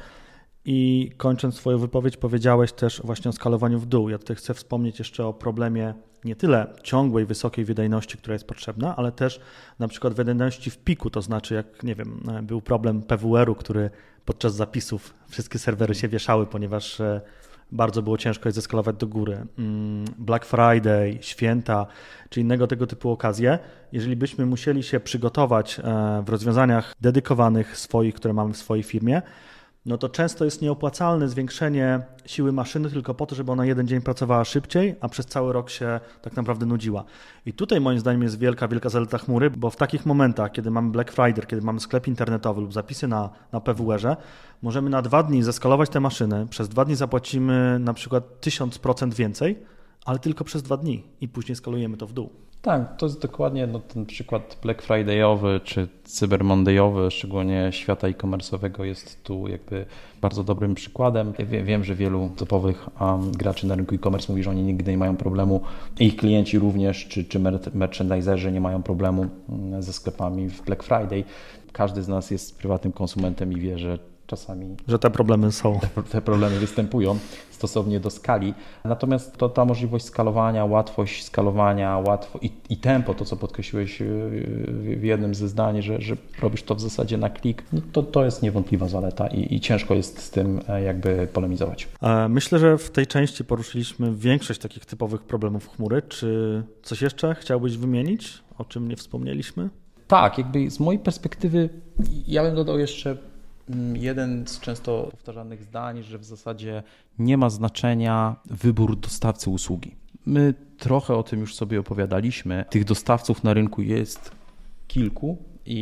I kończąc swoją wypowiedź, powiedziałeś też właśnie o skalowaniu w dół. Ja tutaj chcę wspomnieć jeszcze o problemie nie tyle ciągłej, wysokiej wydajności, która jest potrzebna, ale też na przykład wydajności w piku, to znaczy jak, nie wiem, był problem PWR-u, który podczas zapisów wszystkie serwery się wieszały, ponieważ bardzo było ciężko je zeskalować do góry. Black Friday, święta czy innego tego typu okazje. Jeżeli byśmy musieli się przygotować w rozwiązaniach dedykowanych swoich, które mamy w swojej firmie, no to często jest nieopłacalne zwiększenie siły maszyny tylko po to, żeby ona jeden dzień pracowała szybciej, a przez cały rok się tak naprawdę nudziła. I tutaj moim zdaniem jest wielka zaleta chmury, bo w takich momentach, kiedy mamy Black Friday, kiedy mamy sklep internetowy lub zapisy na PWR-ze, możemy na 2 dni zeskalować te maszyny, przez 2 dni zapłacimy na przykład 1000% więcej, ale tylko przez 2 dni i później skalujemy to w dół. Tak, to jest dokładnie ten przykład Black Friday'owy czy Cyber Monday'owy, szczególnie świata e-commerce'owego jest tu jakby bardzo dobrym przykładem. Ja wiem, że wielu topowych graczy na rynku e-commerce mówi, że oni nigdy nie mają problemu. Ich klienci również, czy merchandiserzy nie mają problemu ze sklepami w Black Friday. Każdy z nas jest prywatnym konsumentem i wie, że czasami że te problemy są. Te problemy występują stosownie do skali. Natomiast ta możliwość skalowania, łatwość skalowania, i tempo, to co podkreśliłeś w jednym ze zdań, że robisz to w zasadzie na klik, no to jest niewątpliwa zaleta i ciężko jest z tym jakby polemizować. Myślę, że w tej części poruszyliśmy większość takich typowych problemów chmury. Czy coś jeszcze chciałbyś wymienić, o czym nie wspomnieliśmy? Tak, jakby z mojej perspektywy ja bym dodał jeszcze jeden z często powtarzanych zdań, że w zasadzie nie ma znaczenia wybór dostawcy usługi. My trochę o tym już sobie opowiadaliśmy. Tych dostawców na rynku jest kilku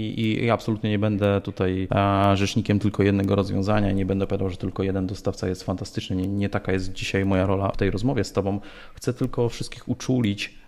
i absolutnie nie będę tutaj rzecznikiem tylko jednego rozwiązania, nie będę powiedział, że tylko jeden dostawca jest fantastyczny. Nie taka jest dzisiaj moja rola w tej rozmowie z Tobą. Chcę tylko wszystkich uczulić,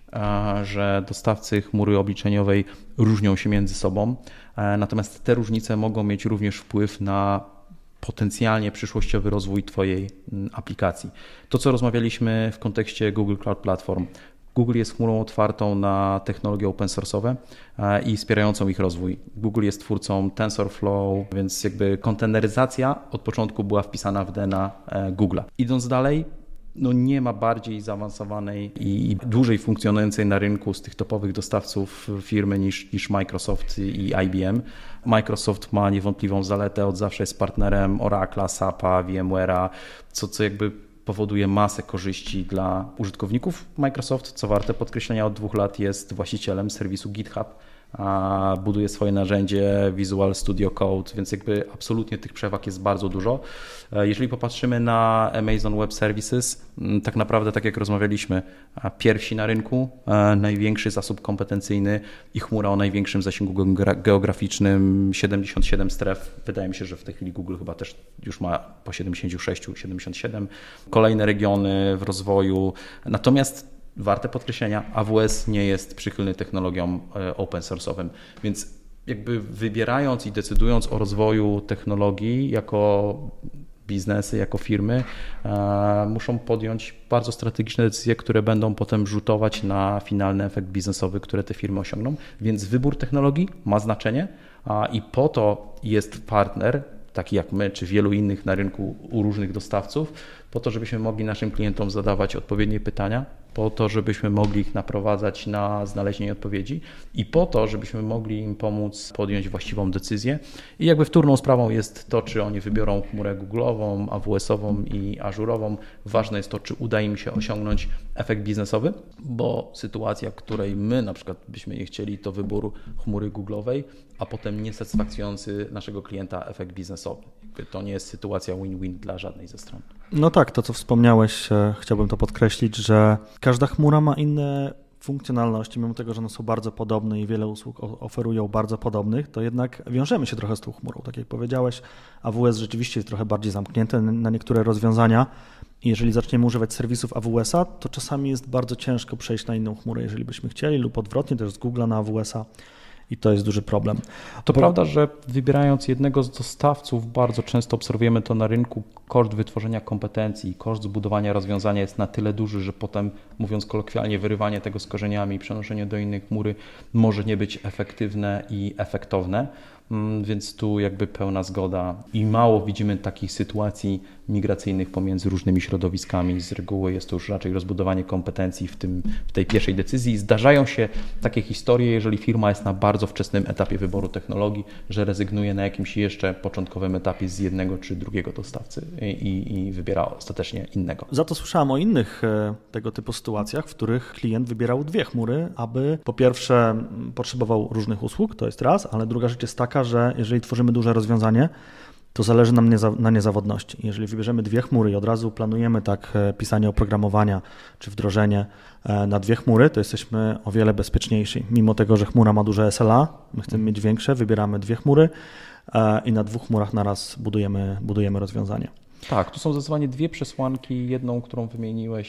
że dostawcy chmury obliczeniowej różnią się między sobą, natomiast te różnice mogą mieć również wpływ na potencjalnie przyszłościowy rozwój Twojej aplikacji. To, co rozmawialiśmy w kontekście Google Cloud Platform. Google jest chmurą otwartą na technologie open source'owe i wspierającą ich rozwój. Google jest twórcą TensorFlow, więc jakby konteneryzacja od początku była wpisana w DNA Google'a. Idąc dalej, nie ma bardziej zaawansowanej i dłużej funkcjonującej na rynku z tych topowych dostawców firmy niż Microsoft i IBM. Microsoft ma niewątpliwą zaletę, od zawsze jest partnerem Oracle'a, SAP-a, VMware'a, co jakby powoduje masę korzyści dla użytkowników. Microsoft, co warte podkreślenia, od 2 lat jest właścicielem serwisu GitHub, buduje swoje narzędzie Visual Studio Code, więc jakby absolutnie tych przewag jest bardzo dużo. Jeżeli popatrzymy na Amazon Web Services, tak naprawdę, tak jak rozmawialiśmy, pierwsi na rynku, największy zasób kompetencyjny i chmura o największym zasięgu geograficznym, 77 stref. Wydaje mi się, że w tej chwili Google chyba też już ma po 76, 77. Kolejne regiony w rozwoju. Natomiast warte podkreślenia, AWS nie jest przychylny technologiom open source'owym, więc jakby wybierając i decydując o rozwoju technologii jako biznesy, jako firmy, muszą podjąć bardzo strategiczne decyzje, które będą potem rzutować na finalny efekt biznesowy, które te firmy osiągną, więc wybór technologii ma znaczenie i po to jest partner, taki jak my, czy wielu innych na rynku u różnych dostawców, po to, żebyśmy mogli naszym klientom zadawać odpowiednie pytania, po to, żebyśmy mogli ich naprowadzać na znalezienie odpowiedzi i po to, żebyśmy mogli im pomóc podjąć właściwą decyzję. I jakby wtórną sprawą jest to, czy oni wybiorą chmurę Google'ową, AWS-ową i Azure'ową. Ważne jest to, czy uda im się osiągnąć efekt biznesowy, bo sytuacja, w której my na przykład byśmy nie chcieli, to wybór chmury Google'owej, a potem niesatysfakcjonujący naszego klienta efekt biznesowy. Jakby to nie jest sytuacja win-win dla żadnej ze stron. No tak, to co wspomniałeś, chciałbym to podkreślić, że każda chmura ma inne funkcjonalności, mimo tego, że one są bardzo podobne i wiele usług oferują bardzo podobnych, to jednak wiążemy się trochę z tą chmurą. Tak jak powiedziałeś, AWS rzeczywiście jest trochę bardziej zamknięte na niektóre rozwiązania i jeżeli zaczniemy używać serwisów AWS-a, to czasami jest bardzo ciężko przejść na inną chmurę, jeżeli byśmy chcieli, lub odwrotnie, też z Google'a na AWS-a. I to jest duży problem. To prawda, że wybierając jednego z dostawców, bardzo często obserwujemy to na rynku, koszt wytworzenia kompetencji, koszt zbudowania rozwiązania jest na tyle duży, że potem, mówiąc kolokwialnie, wyrywanie tego z korzeniami i przenoszenie do innej chmury może nie być efektywne i efektowne, więc tu jakby pełna zgoda i mało widzimy takich sytuacji migracyjnych pomiędzy różnymi środowiskami. Z reguły jest to już raczej rozbudowanie kompetencji w tej pierwszej decyzji. Zdarzają się takie historie, jeżeli firma jest na bardzo wczesnym etapie wyboru technologii, że rezygnuje na jakimś jeszcze początkowym etapie z jednego czy drugiego dostawcy i wybiera ostatecznie innego. Za to słyszałem o innych tego typu sytuacjach, w których klient wybierał 2 chmury, aby po pierwsze potrzebował różnych usług, to jest raz, ale druga rzecz jest taka, że jeżeli tworzymy duże rozwiązanie, to zależy nam na niezawodności. Jeżeli wybierzemy 2 chmury i od razu planujemy tak pisanie oprogramowania czy wdrożenie na 2 chmury, to jesteśmy o wiele bezpieczniejsi. Mimo tego, że chmura ma duże SLA, my chcemy mieć większe, wybieramy 2 chmury i na 2 chmurach naraz budujemy rozwiązanie. Tak, tu są zdecydowanie 2 przesłanki. Jedną, którą wymieniłeś,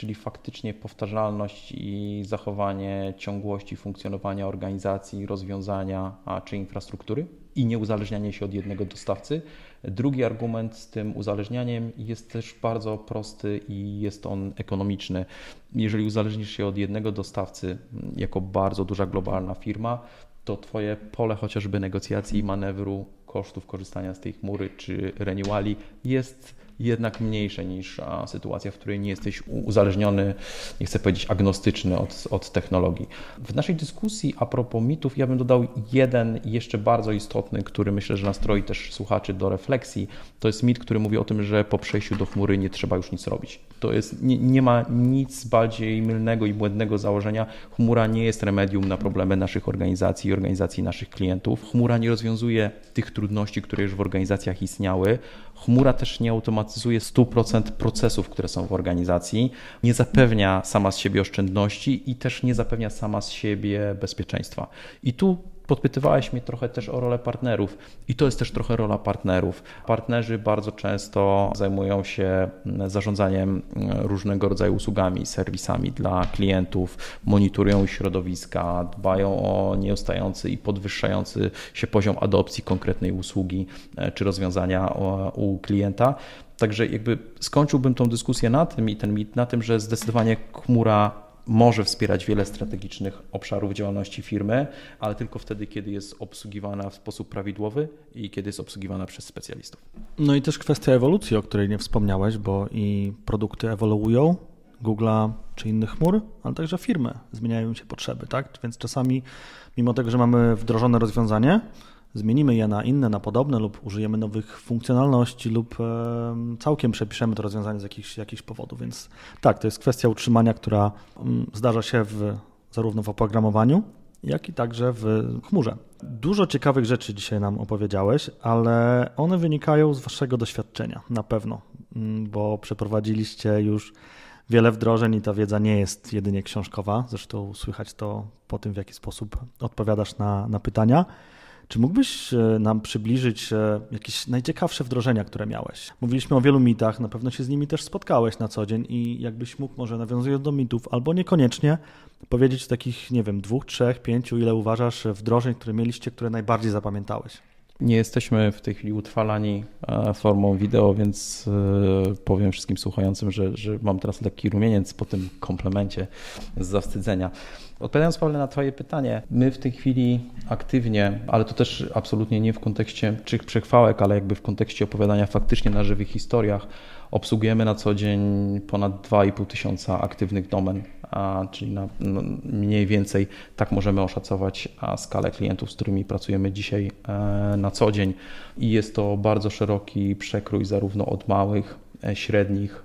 czyli faktycznie powtarzalność i zachowanie ciągłości funkcjonowania organizacji, rozwiązania czy infrastruktury i nieuzależnianie się od jednego dostawcy. Drugi argument z tym uzależnianiem jest też bardzo prosty i jest on ekonomiczny. Jeżeli uzależnisz się od jednego dostawcy jako bardzo duża globalna firma, to Twoje pole chociażby negocjacji i manewru kosztów korzystania z tej chmury czy renewali jest jednak mniejsze niż sytuacja, w której nie jesteś uzależniony, nie chcę powiedzieć agnostyczny od technologii. W naszej dyskusji a propos mitów ja bym dodał jeden jeszcze bardzo istotny, który myślę, że nastroi też słuchaczy do refleksji. To jest mit, który mówi o tym, że po przejściu do chmury nie trzeba już nic robić. To jest, nie ma nic bardziej mylnego i błędnego założenia. Chmura nie jest remedium na problemy naszych organizacji i organizacji naszych klientów. Chmura nie rozwiązuje tych trudności, które już w organizacjach istniały. Chmura też nie automatyzuje 100% procesów, które są w organizacji, nie zapewnia sama z siebie oszczędności i też nie zapewnia sama z siebie bezpieczeństwa. I tu podpytywałeś mnie trochę też o rolę partnerów i to jest też trochę rola partnerów. Partnerzy bardzo często zajmują się zarządzaniem różnego rodzaju usługami, serwisami dla klientów, monitorują środowiska, dbają o nieustający i podwyższający się poziom adopcji konkretnej usługi czy rozwiązania u klienta. Także jakby skończyłbym tą dyskusję na tym i ten mit na tym, że zdecydowanie chmura może wspierać wiele strategicznych obszarów działalności firmy, ale tylko wtedy, kiedy jest obsługiwana w sposób prawidłowy i kiedy jest obsługiwana przez specjalistów. No i też kwestia ewolucji, o której nie wspomniałeś, bo i produkty ewoluują, Google'a czy innych chmur, ale także firmy, zmieniają się potrzeby, tak? Więc czasami, mimo tego, że mamy wdrożone rozwiązanie, zmienimy je na inne, na podobne lub użyjemy nowych funkcjonalności lub całkiem przepiszemy to rozwiązanie z jakichś powodów. Więc tak, to jest kwestia utrzymania, która zdarza się zarówno w oprogramowaniu, jak i także w chmurze. Dużo ciekawych rzeczy dzisiaj nam opowiedziałeś, ale one wynikają z waszego doświadczenia na pewno, bo przeprowadziliście już wiele wdrożeń i ta wiedza nie jest jedynie książkowa. Zresztą słychać to po tym, w jaki sposób odpowiadasz na pytania. Czy mógłbyś nam przybliżyć jakieś najciekawsze wdrożenia, które miałeś? Mówiliśmy o wielu mitach, na pewno się z nimi też spotkałeś na co dzień i jakbyś mógł, może nawiązując do mitów, albo niekoniecznie, powiedzieć takich, nie wiem, 2, 3, 5, ile uważasz wdrożeń, które mieliście, które najbardziej zapamiętałeś? Nie jesteśmy w tej chwili utrwalani formą wideo, więc powiem wszystkim słuchającym, że mam teraz lekki rumieniec po tym komplemencie z zawstydzenia. Odpowiadając, Pawle, na Twoje pytanie, my w tej chwili aktywnie, ale to też absolutnie nie w kontekście czych przechwałek, ale jakby w kontekście opowiadania faktycznie na żywych historiach, obsługujemy na co dzień ponad 2,5 tysiąca aktywnych domen, czyli mniej więcej tak możemy oszacować skalę klientów, z którymi pracujemy dzisiaj na co dzień. I jest to bardzo szeroki przekrój zarówno od małych, średnich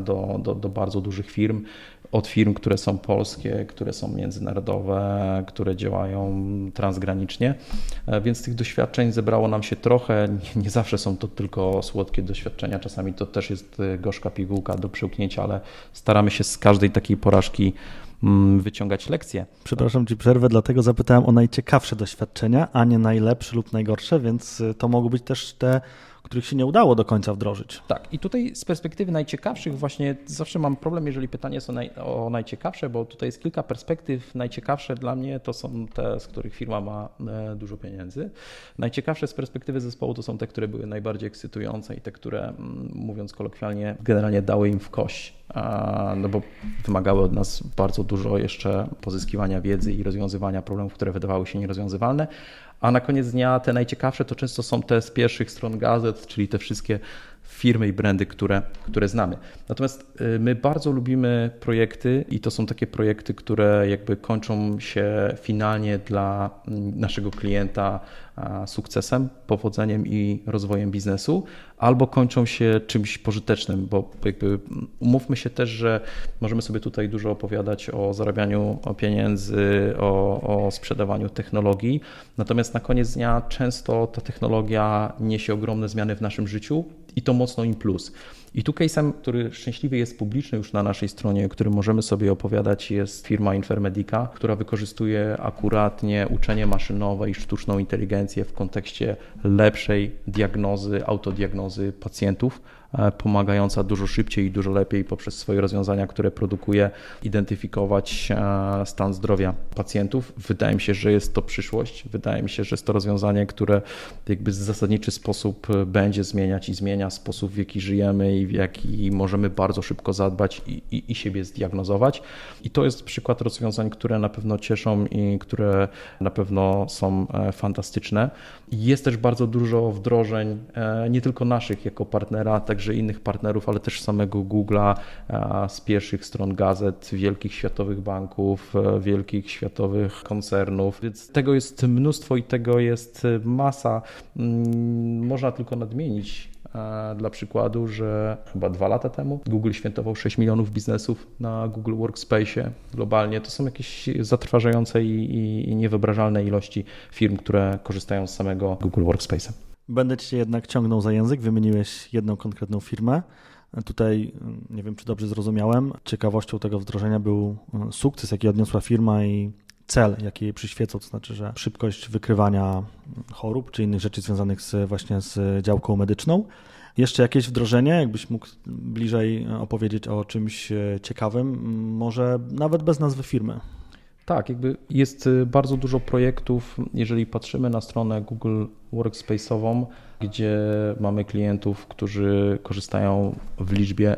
do bardzo dużych firm. Od firm, które są polskie, które są międzynarodowe, które działają transgranicznie, więc tych doświadczeń zebrało nam się trochę. Nie zawsze są to tylko słodkie doświadczenia, czasami to też jest gorzka pigułka do przełknięcia, ale staramy się z każdej takiej porażki wyciągać lekcje. Przepraszam Ci, przerwę, dlatego zapytałem o najciekawsze doświadczenia, a nie najlepsze lub najgorsze, więc to mogą być też te, których się nie udało do końca wdrożyć. Tak, i tutaj z perspektywy najciekawszych właśnie zawsze mam problem, jeżeli pytanie jest o najciekawsze, bo tutaj jest kilka perspektyw. Najciekawsze dla mnie to są te, z których firma ma dużo pieniędzy. Najciekawsze z perspektywy zespołu to są te, które były najbardziej ekscytujące i te, które, mówiąc kolokwialnie, generalnie dały im w kość, no bo wymagały od nas bardzo dużo jeszcze pozyskiwania wiedzy i rozwiązywania problemów, które wydawały się nierozwiązywalne. A na koniec dnia te najciekawsze to często są te z pierwszych stron gazet, czyli te wszystkie firmy i brandy, które znamy. Natomiast my bardzo lubimy projekty i to są takie projekty, które jakby kończą się finalnie dla naszego klienta sukcesem, powodzeniem i rozwojem biznesu, albo kończą się czymś pożytecznym, bo jakby umówmy się też, że możemy sobie tutaj dużo opowiadać o zarabianiu pieniędzy, o sprzedawaniu technologii, natomiast na koniec dnia często ta technologia niesie ogromne zmiany w naszym życiu i to mocno im plus. I tu case'em, który szczęśliwie jest publiczny już na naszej stronie, o którym możemy sobie opowiadać, jest firma Infermedica, która wykorzystuje akuratnie uczenie maszynowe i sztuczną inteligencję w kontekście lepszej diagnozy, autodiagnozy pacjentów, pomagająca dużo szybciej i dużo lepiej poprzez swoje rozwiązania, które produkuje, identyfikować stan zdrowia pacjentów. Wydaje mi się, że jest to przyszłość. Wydaje mi się, że jest to rozwiązanie, które jakby w zasadniczy sposób będzie zmieniać i zmienia sposób, w jaki żyjemy i w jaki możemy bardzo szybko zadbać i siebie zdiagnozować. I to jest przykład rozwiązań, które na pewno cieszą i które na pewno są fantastyczne. Jest też bardzo dużo wdrożeń, nie tylko naszych jako partnera, także innych partnerów, ale też samego Google'a, z pierwszych stron gazet, wielkich światowych banków, wielkich światowych koncernów. Więc tego jest mnóstwo i tego jest masa. Można tylko nadmienić dla przykładu, że chyba 2 lata temu Google świętował 6 milionów biznesów na Google Workspace globalnie. To są jakieś zatrważające i niewyobrażalne ilości firm, które korzystają z samego Google Workspace'a. Będę Cię jednak ciągnął za język, wymieniłeś jedną konkretną firmę. Tutaj nie wiem, czy dobrze zrozumiałem, ciekawością tego wdrożenia był sukces, jaki odniosła firma i cel, jaki jej przyświecał, to znaczy, że szybkość wykrywania chorób czy innych rzeczy związanych właśnie z działką medyczną. Jeszcze jakieś wdrożenie, jakbyś mógł bliżej opowiedzieć o czymś ciekawym, może nawet bez nazwy firmy. Tak, jakby jest bardzo dużo projektów, jeżeli patrzymy na stronę Google Workspace'ową, gdzie mamy klientów, którzy korzystają w liczbie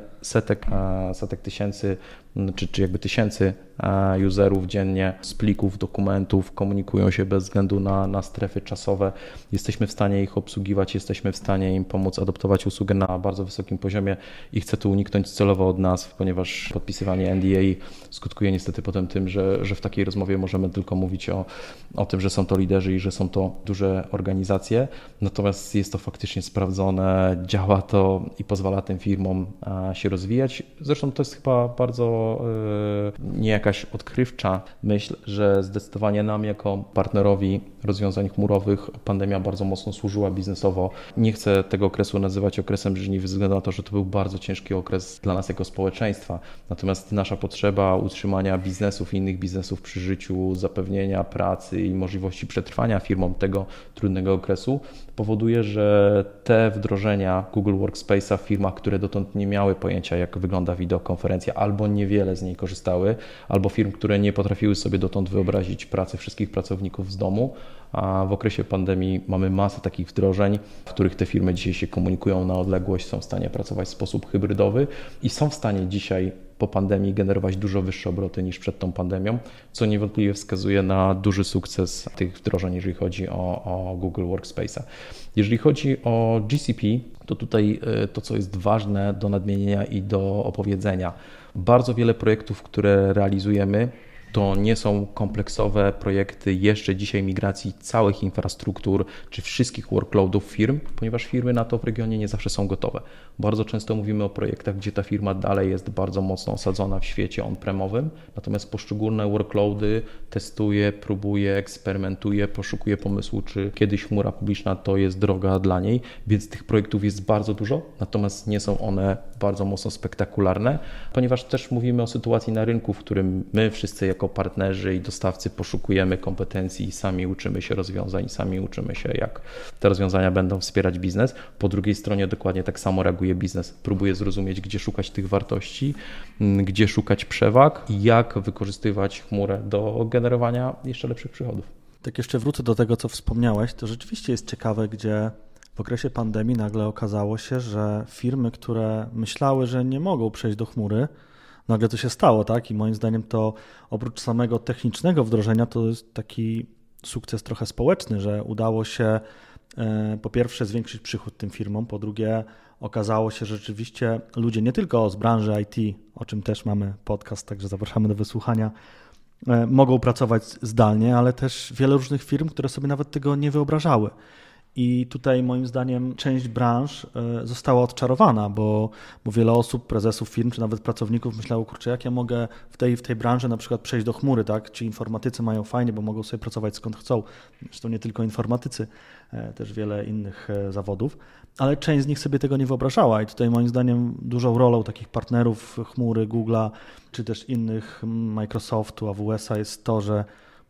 setek tysięcy, czy jakby tysięcy userów dziennie z plików, dokumentów, komunikują się bez względu na strefy czasowe. Jesteśmy w stanie ich obsługiwać, jesteśmy w stanie im pomóc adoptować usługę na bardzo wysokim poziomie i chcę tu uniknąć celowo od nazw, ponieważ podpisywanie NDA skutkuje niestety potem tym, że w takiej rozmowie możemy tylko mówić o tym, że są to liderzy i że są to duże organizacje. Natomiast jest to faktycznie sprawdzone, działa to i pozwala tym firmom się rozwijać. Zresztą to jest chyba bardzo nie jakaś odkrywcza myśl, że zdecydowanie nam jako partnerowi rozwiązań chmurowych pandemia bardzo mocno służyła biznesowo. Nie chcę tego okresu nazywać okresem żniw, ze względu na to, że to był bardzo ciężki okres dla nas jako społeczeństwa. Natomiast nasza potrzeba utrzymania biznesów i innych biznesów przy życiu, zapewnienia pracy i możliwości przetrwania firmom tego trudnego okresu powoduje, że te wdrożenia Google Workspace'a w firmach, które dotąd nie miały pojęcia, jak wygląda wideokonferencja, albo niewiele z niej korzystały, albo firm, które nie potrafiły sobie dotąd wyobrazić pracy wszystkich pracowników z domu, a w okresie pandemii mamy masę takich wdrożeń, w których te firmy dzisiaj się komunikują na odległość, są w stanie pracować w sposób hybrydowy i są w stanie dzisiaj po pandemii generować dużo wyższe obroty niż przed tą pandemią, co niewątpliwie wskazuje na duży sukces tych wdrożeń, jeżeli chodzi o Google Workspace'a. Jeżeli chodzi o GCP, to tutaj to, co jest ważne do nadmienienia i do opowiedzenia, bardzo wiele projektów, które realizujemy, to nie są kompleksowe projekty jeszcze dzisiaj migracji całych infrastruktur czy wszystkich workloadów firm, ponieważ firmy na to w regionie nie zawsze są gotowe. Bardzo często mówimy o projektach, gdzie ta firma dalej jest bardzo mocno osadzona w świecie on-premowym, natomiast poszczególne workloady testuje, próbuje, eksperymentuje, poszukuje pomysłu, czy kiedyś chmura publiczna to jest droga dla niej, więc tych projektów jest bardzo dużo, natomiast nie są one bardzo mocno spektakularne, ponieważ też mówimy o sytuacji na rynku, w którym my wszyscy jako partnerzy i dostawcy poszukujemy kompetencji, sami uczymy się rozwiązań, sami uczymy się, jak te rozwiązania będą wspierać biznes. Po drugiej stronie dokładnie tak samo reaguje biznes. Próbuje zrozumieć, gdzie szukać tych wartości, gdzie szukać przewag i jak wykorzystywać chmurę do generowania jeszcze lepszych przychodów. Tak jeszcze wrócę do tego, co wspomniałeś. To rzeczywiście jest ciekawe, gdzie w okresie pandemii nagle okazało się, że firmy, które myślały, że nie mogą przejść do chmury, nagle to się stało, tak? I moim zdaniem to oprócz samego technicznego wdrożenia to jest taki sukces trochę społeczny, że udało się po pierwsze zwiększyć przychód tym firmom, po drugie okazało się, że rzeczywiście ludzie nie tylko z branży IT, o czym też mamy podcast, także zapraszamy do wysłuchania, mogą pracować zdalnie, ale też wiele różnych firm, które sobie nawet tego nie wyobrażały. I tutaj moim zdaniem część branż została odczarowana, bo wiele osób, prezesów firm czy nawet pracowników myślało, kurczę, jak ja mogę w tej branży na przykład przejść do chmury, tak? Ci informatycy mają fajnie, bo mogą sobie pracować skąd chcą. Zresztą nie tylko informatycy, też wiele innych zawodów, ale część z nich sobie tego nie wyobrażała i tutaj moim zdaniem dużą rolą takich partnerów chmury, Google'a czy też innych Microsoftu, AWS-a jest to, że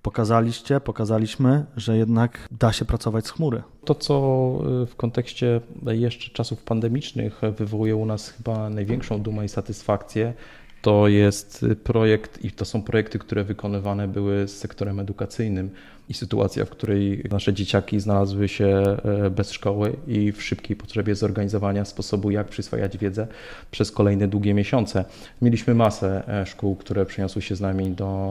pokazaliśmy, że jednak da się pracować z chmury. To, co w kontekście jeszcze czasów pandemicznych wywołuje u nas chyba największą dumę i satysfakcję, to jest projekt i to są projekty, które wykonywane były z sektorem edukacyjnym i sytuacja, w której nasze dzieciaki znalazły się bez szkoły i w szybkiej potrzebie zorganizowania sposobu, jak przyswajać wiedzę przez kolejne długie miesiące. Mieliśmy masę szkół, które przeniosły się z nami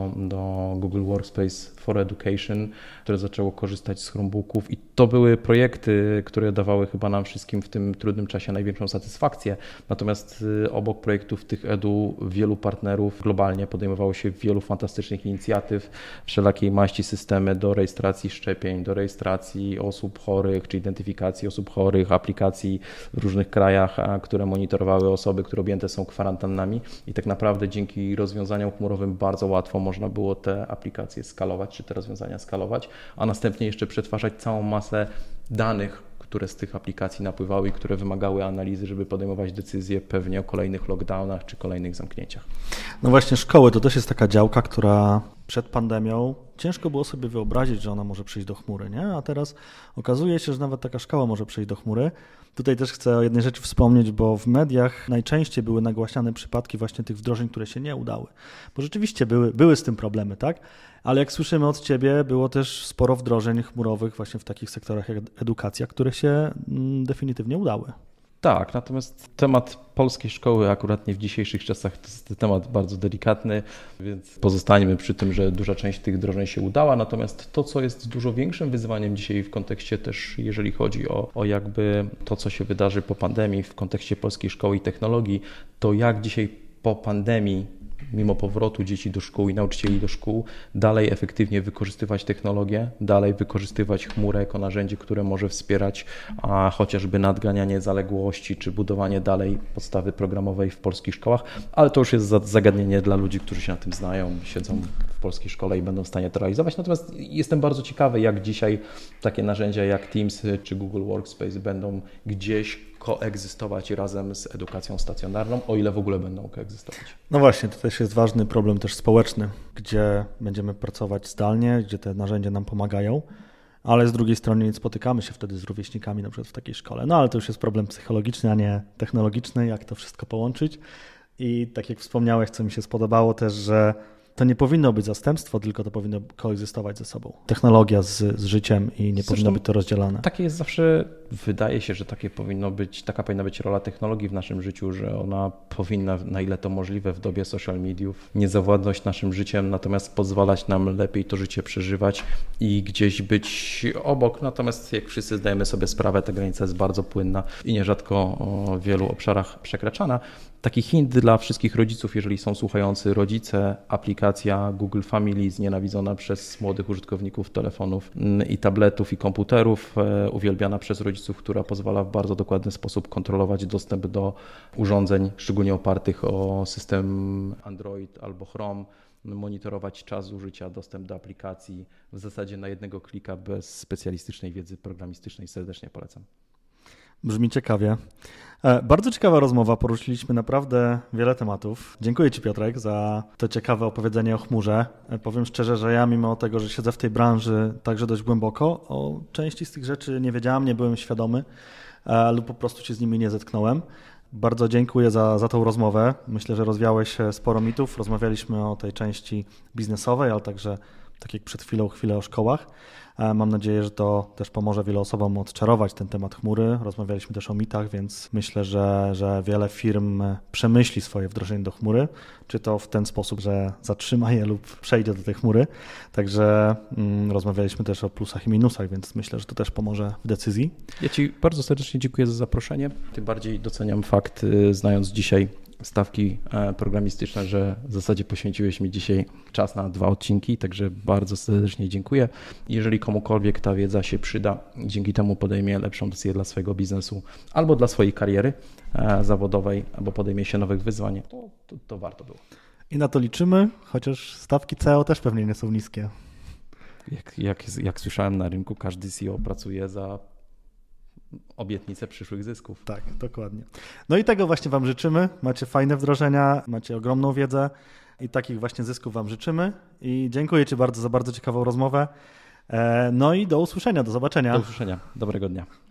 do Google Workspace for Education, które zaczęło korzystać z Chromebooków i to były projekty, które dawały chyba nam wszystkim w tym trudnym czasie największą satysfakcję. Natomiast obok projektów tych edu wielu partnerów globalnie podejmowało się wielu fantastycznych inicjatyw, wszelakiej maści systemy do rejestracji szczepień, do rejestracji osób chorych, czy identyfikacji osób chorych, aplikacji w różnych krajach, które monitorowały osoby, które objęte są kwarantannami i tak naprawdę dzięki rozwiązaniom chmurowym bardzo łatwo można było te aplikacje skalować, czy te rozwiązania skalować, a następnie jeszcze przetwarzać całą masę danych, które z tych aplikacji napływały i które wymagały analizy, żeby podejmować decyzje pewnie o kolejnych lockdownach czy kolejnych zamknięciach. No właśnie szkoły to też jest taka działka, która przed pandemią ciężko było sobie wyobrazić, że ona może przyjść do chmury, nie? A teraz okazuje się, że nawet taka szkoła może przyjść do chmury. Tutaj też chcę o jednej rzeczy wspomnieć, bo w mediach najczęściej były nagłaśniane przypadki właśnie tych wdrożeń, które się nie udały. Bo rzeczywiście były z tym problemy, tak? Ale jak słyszymy od Ciebie, było też sporo wdrożeń chmurowych właśnie w takich sektorach jak edukacja, które się definitywnie udały. Tak, natomiast temat polskiej szkoły akurat nie w dzisiejszych czasach to jest temat bardzo delikatny, więc pozostańmy przy tym, że duża część tych wdrożeń się udała, natomiast to, co jest dużo większym wyzwaniem dzisiaj w kontekście też, jeżeli chodzi o jakby to, co się wydarzy po pandemii w kontekście polskiej szkoły i technologii, to jak dzisiaj po pandemii mimo powrotu dzieci do szkół i nauczycieli do szkół, dalej efektywnie wykorzystywać technologię, dalej wykorzystywać chmurę jako narzędzie, które może wspierać chociażby nadganianie zaległości czy budowanie dalej podstawy programowej w polskich szkołach, ale to już jest zagadnienie dla ludzi, którzy się na tym znają, siedzą w polskiej szkole i będą w stanie to realizować. Natomiast jestem bardzo ciekawy, jak dzisiaj takie narzędzia jak Teams czy Google Workspace będą gdzieś koegzystować razem z edukacją stacjonarną, o ile w ogóle będą koegzystować. No właśnie, to też jest ważny problem też społeczny, gdzie będziemy pracować zdalnie, gdzie te narzędzia nam pomagają, ale z drugiej strony nie spotykamy się wtedy z rówieśnikami na przykład w takiej szkole. No ale to już jest problem psychologiczny, a nie technologiczny, jak to wszystko połączyć. I tak jak wspomniałeś, co mi się spodobało też, że to nie powinno być zastępstwo, tylko to powinno koegzystować ze sobą. Technologia z życiem i nie powinno być to rozdzielane. Takie jest zawsze, wydaje się, że taka powinna być rola technologii w naszym życiu, że ona powinna, na ile to możliwe w dobie social mediów, nie zawładnąć naszym życiem, natomiast pozwalać nam lepiej to życie przeżywać i gdzieś być obok. Natomiast jak wszyscy zdajemy sobie sprawę, ta granica jest bardzo płynna i nierzadko w wielu obszarach przekraczana. Taki hint dla wszystkich rodziców, jeżeli są słuchający rodzice, aplikacja Google Family znienawidzona przez młodych użytkowników telefonów i tabletów i komputerów, uwielbiana przez rodziców, która pozwala w bardzo dokładny sposób kontrolować dostęp do urządzeń, szczególnie opartych o system Android albo Chrome, monitorować czas zużycia, dostęp do aplikacji w zasadzie na jednego klika bez specjalistycznej wiedzy programistycznej. Serdecznie polecam. Brzmi ciekawie. Bardzo ciekawa rozmowa, poruszyliśmy naprawdę wiele tematów. Dziękuję Ci, Piotrek, za to ciekawe opowiedzenie o chmurze. Powiem szczerze, że ja mimo tego, że siedzę w tej branży także dość głęboko, o części z tych rzeczy nie wiedziałem, nie byłem świadomy lub po prostu się z nimi nie zetknąłem. Bardzo dziękuję za tą rozmowę. Myślę, że rozwiałeś sporo mitów. Rozmawialiśmy o tej części biznesowej, ale także, tak jak przed chwilę o szkołach. Mam nadzieję, że to też pomoże wielu osobom odczarować ten temat chmury. Rozmawialiśmy też o mitach, więc myślę, że wiele firm przemyśli swoje wdrożenie do chmury, czy to w ten sposób, że zatrzyma je lub przejdzie do tej chmury. Także rozmawialiśmy też o plusach i minusach, więc myślę, że to też pomoże w decyzji. Ja Ci bardzo serdecznie dziękuję za zaproszenie. Tym bardziej doceniam fakt, znając dzisiaj stawki programistyczne, że w zasadzie poświęciłeś mi dzisiaj czas na 2 odcinki, także bardzo serdecznie dziękuję. Jeżeli komukolwiek ta wiedza się przyda, dzięki temu podejmie lepszą decyzję dla swojego biznesu albo dla swojej kariery zawodowej, albo podejmie się nowych wyzwań, to warto było. I na to liczymy, chociaż stawki CEO też pewnie nie są niskie. Jak słyszałem na rynku, każdy CEO pracuje za obietnicę przyszłych zysków. Tak, dokładnie. No i tego właśnie Wam życzymy. Macie fajne wdrożenia, macie ogromną wiedzę i takich właśnie zysków Wam życzymy. I dziękuję Ci bardzo za bardzo ciekawą rozmowę. No i do usłyszenia, do zobaczenia. Do usłyszenia. Dobrego dnia.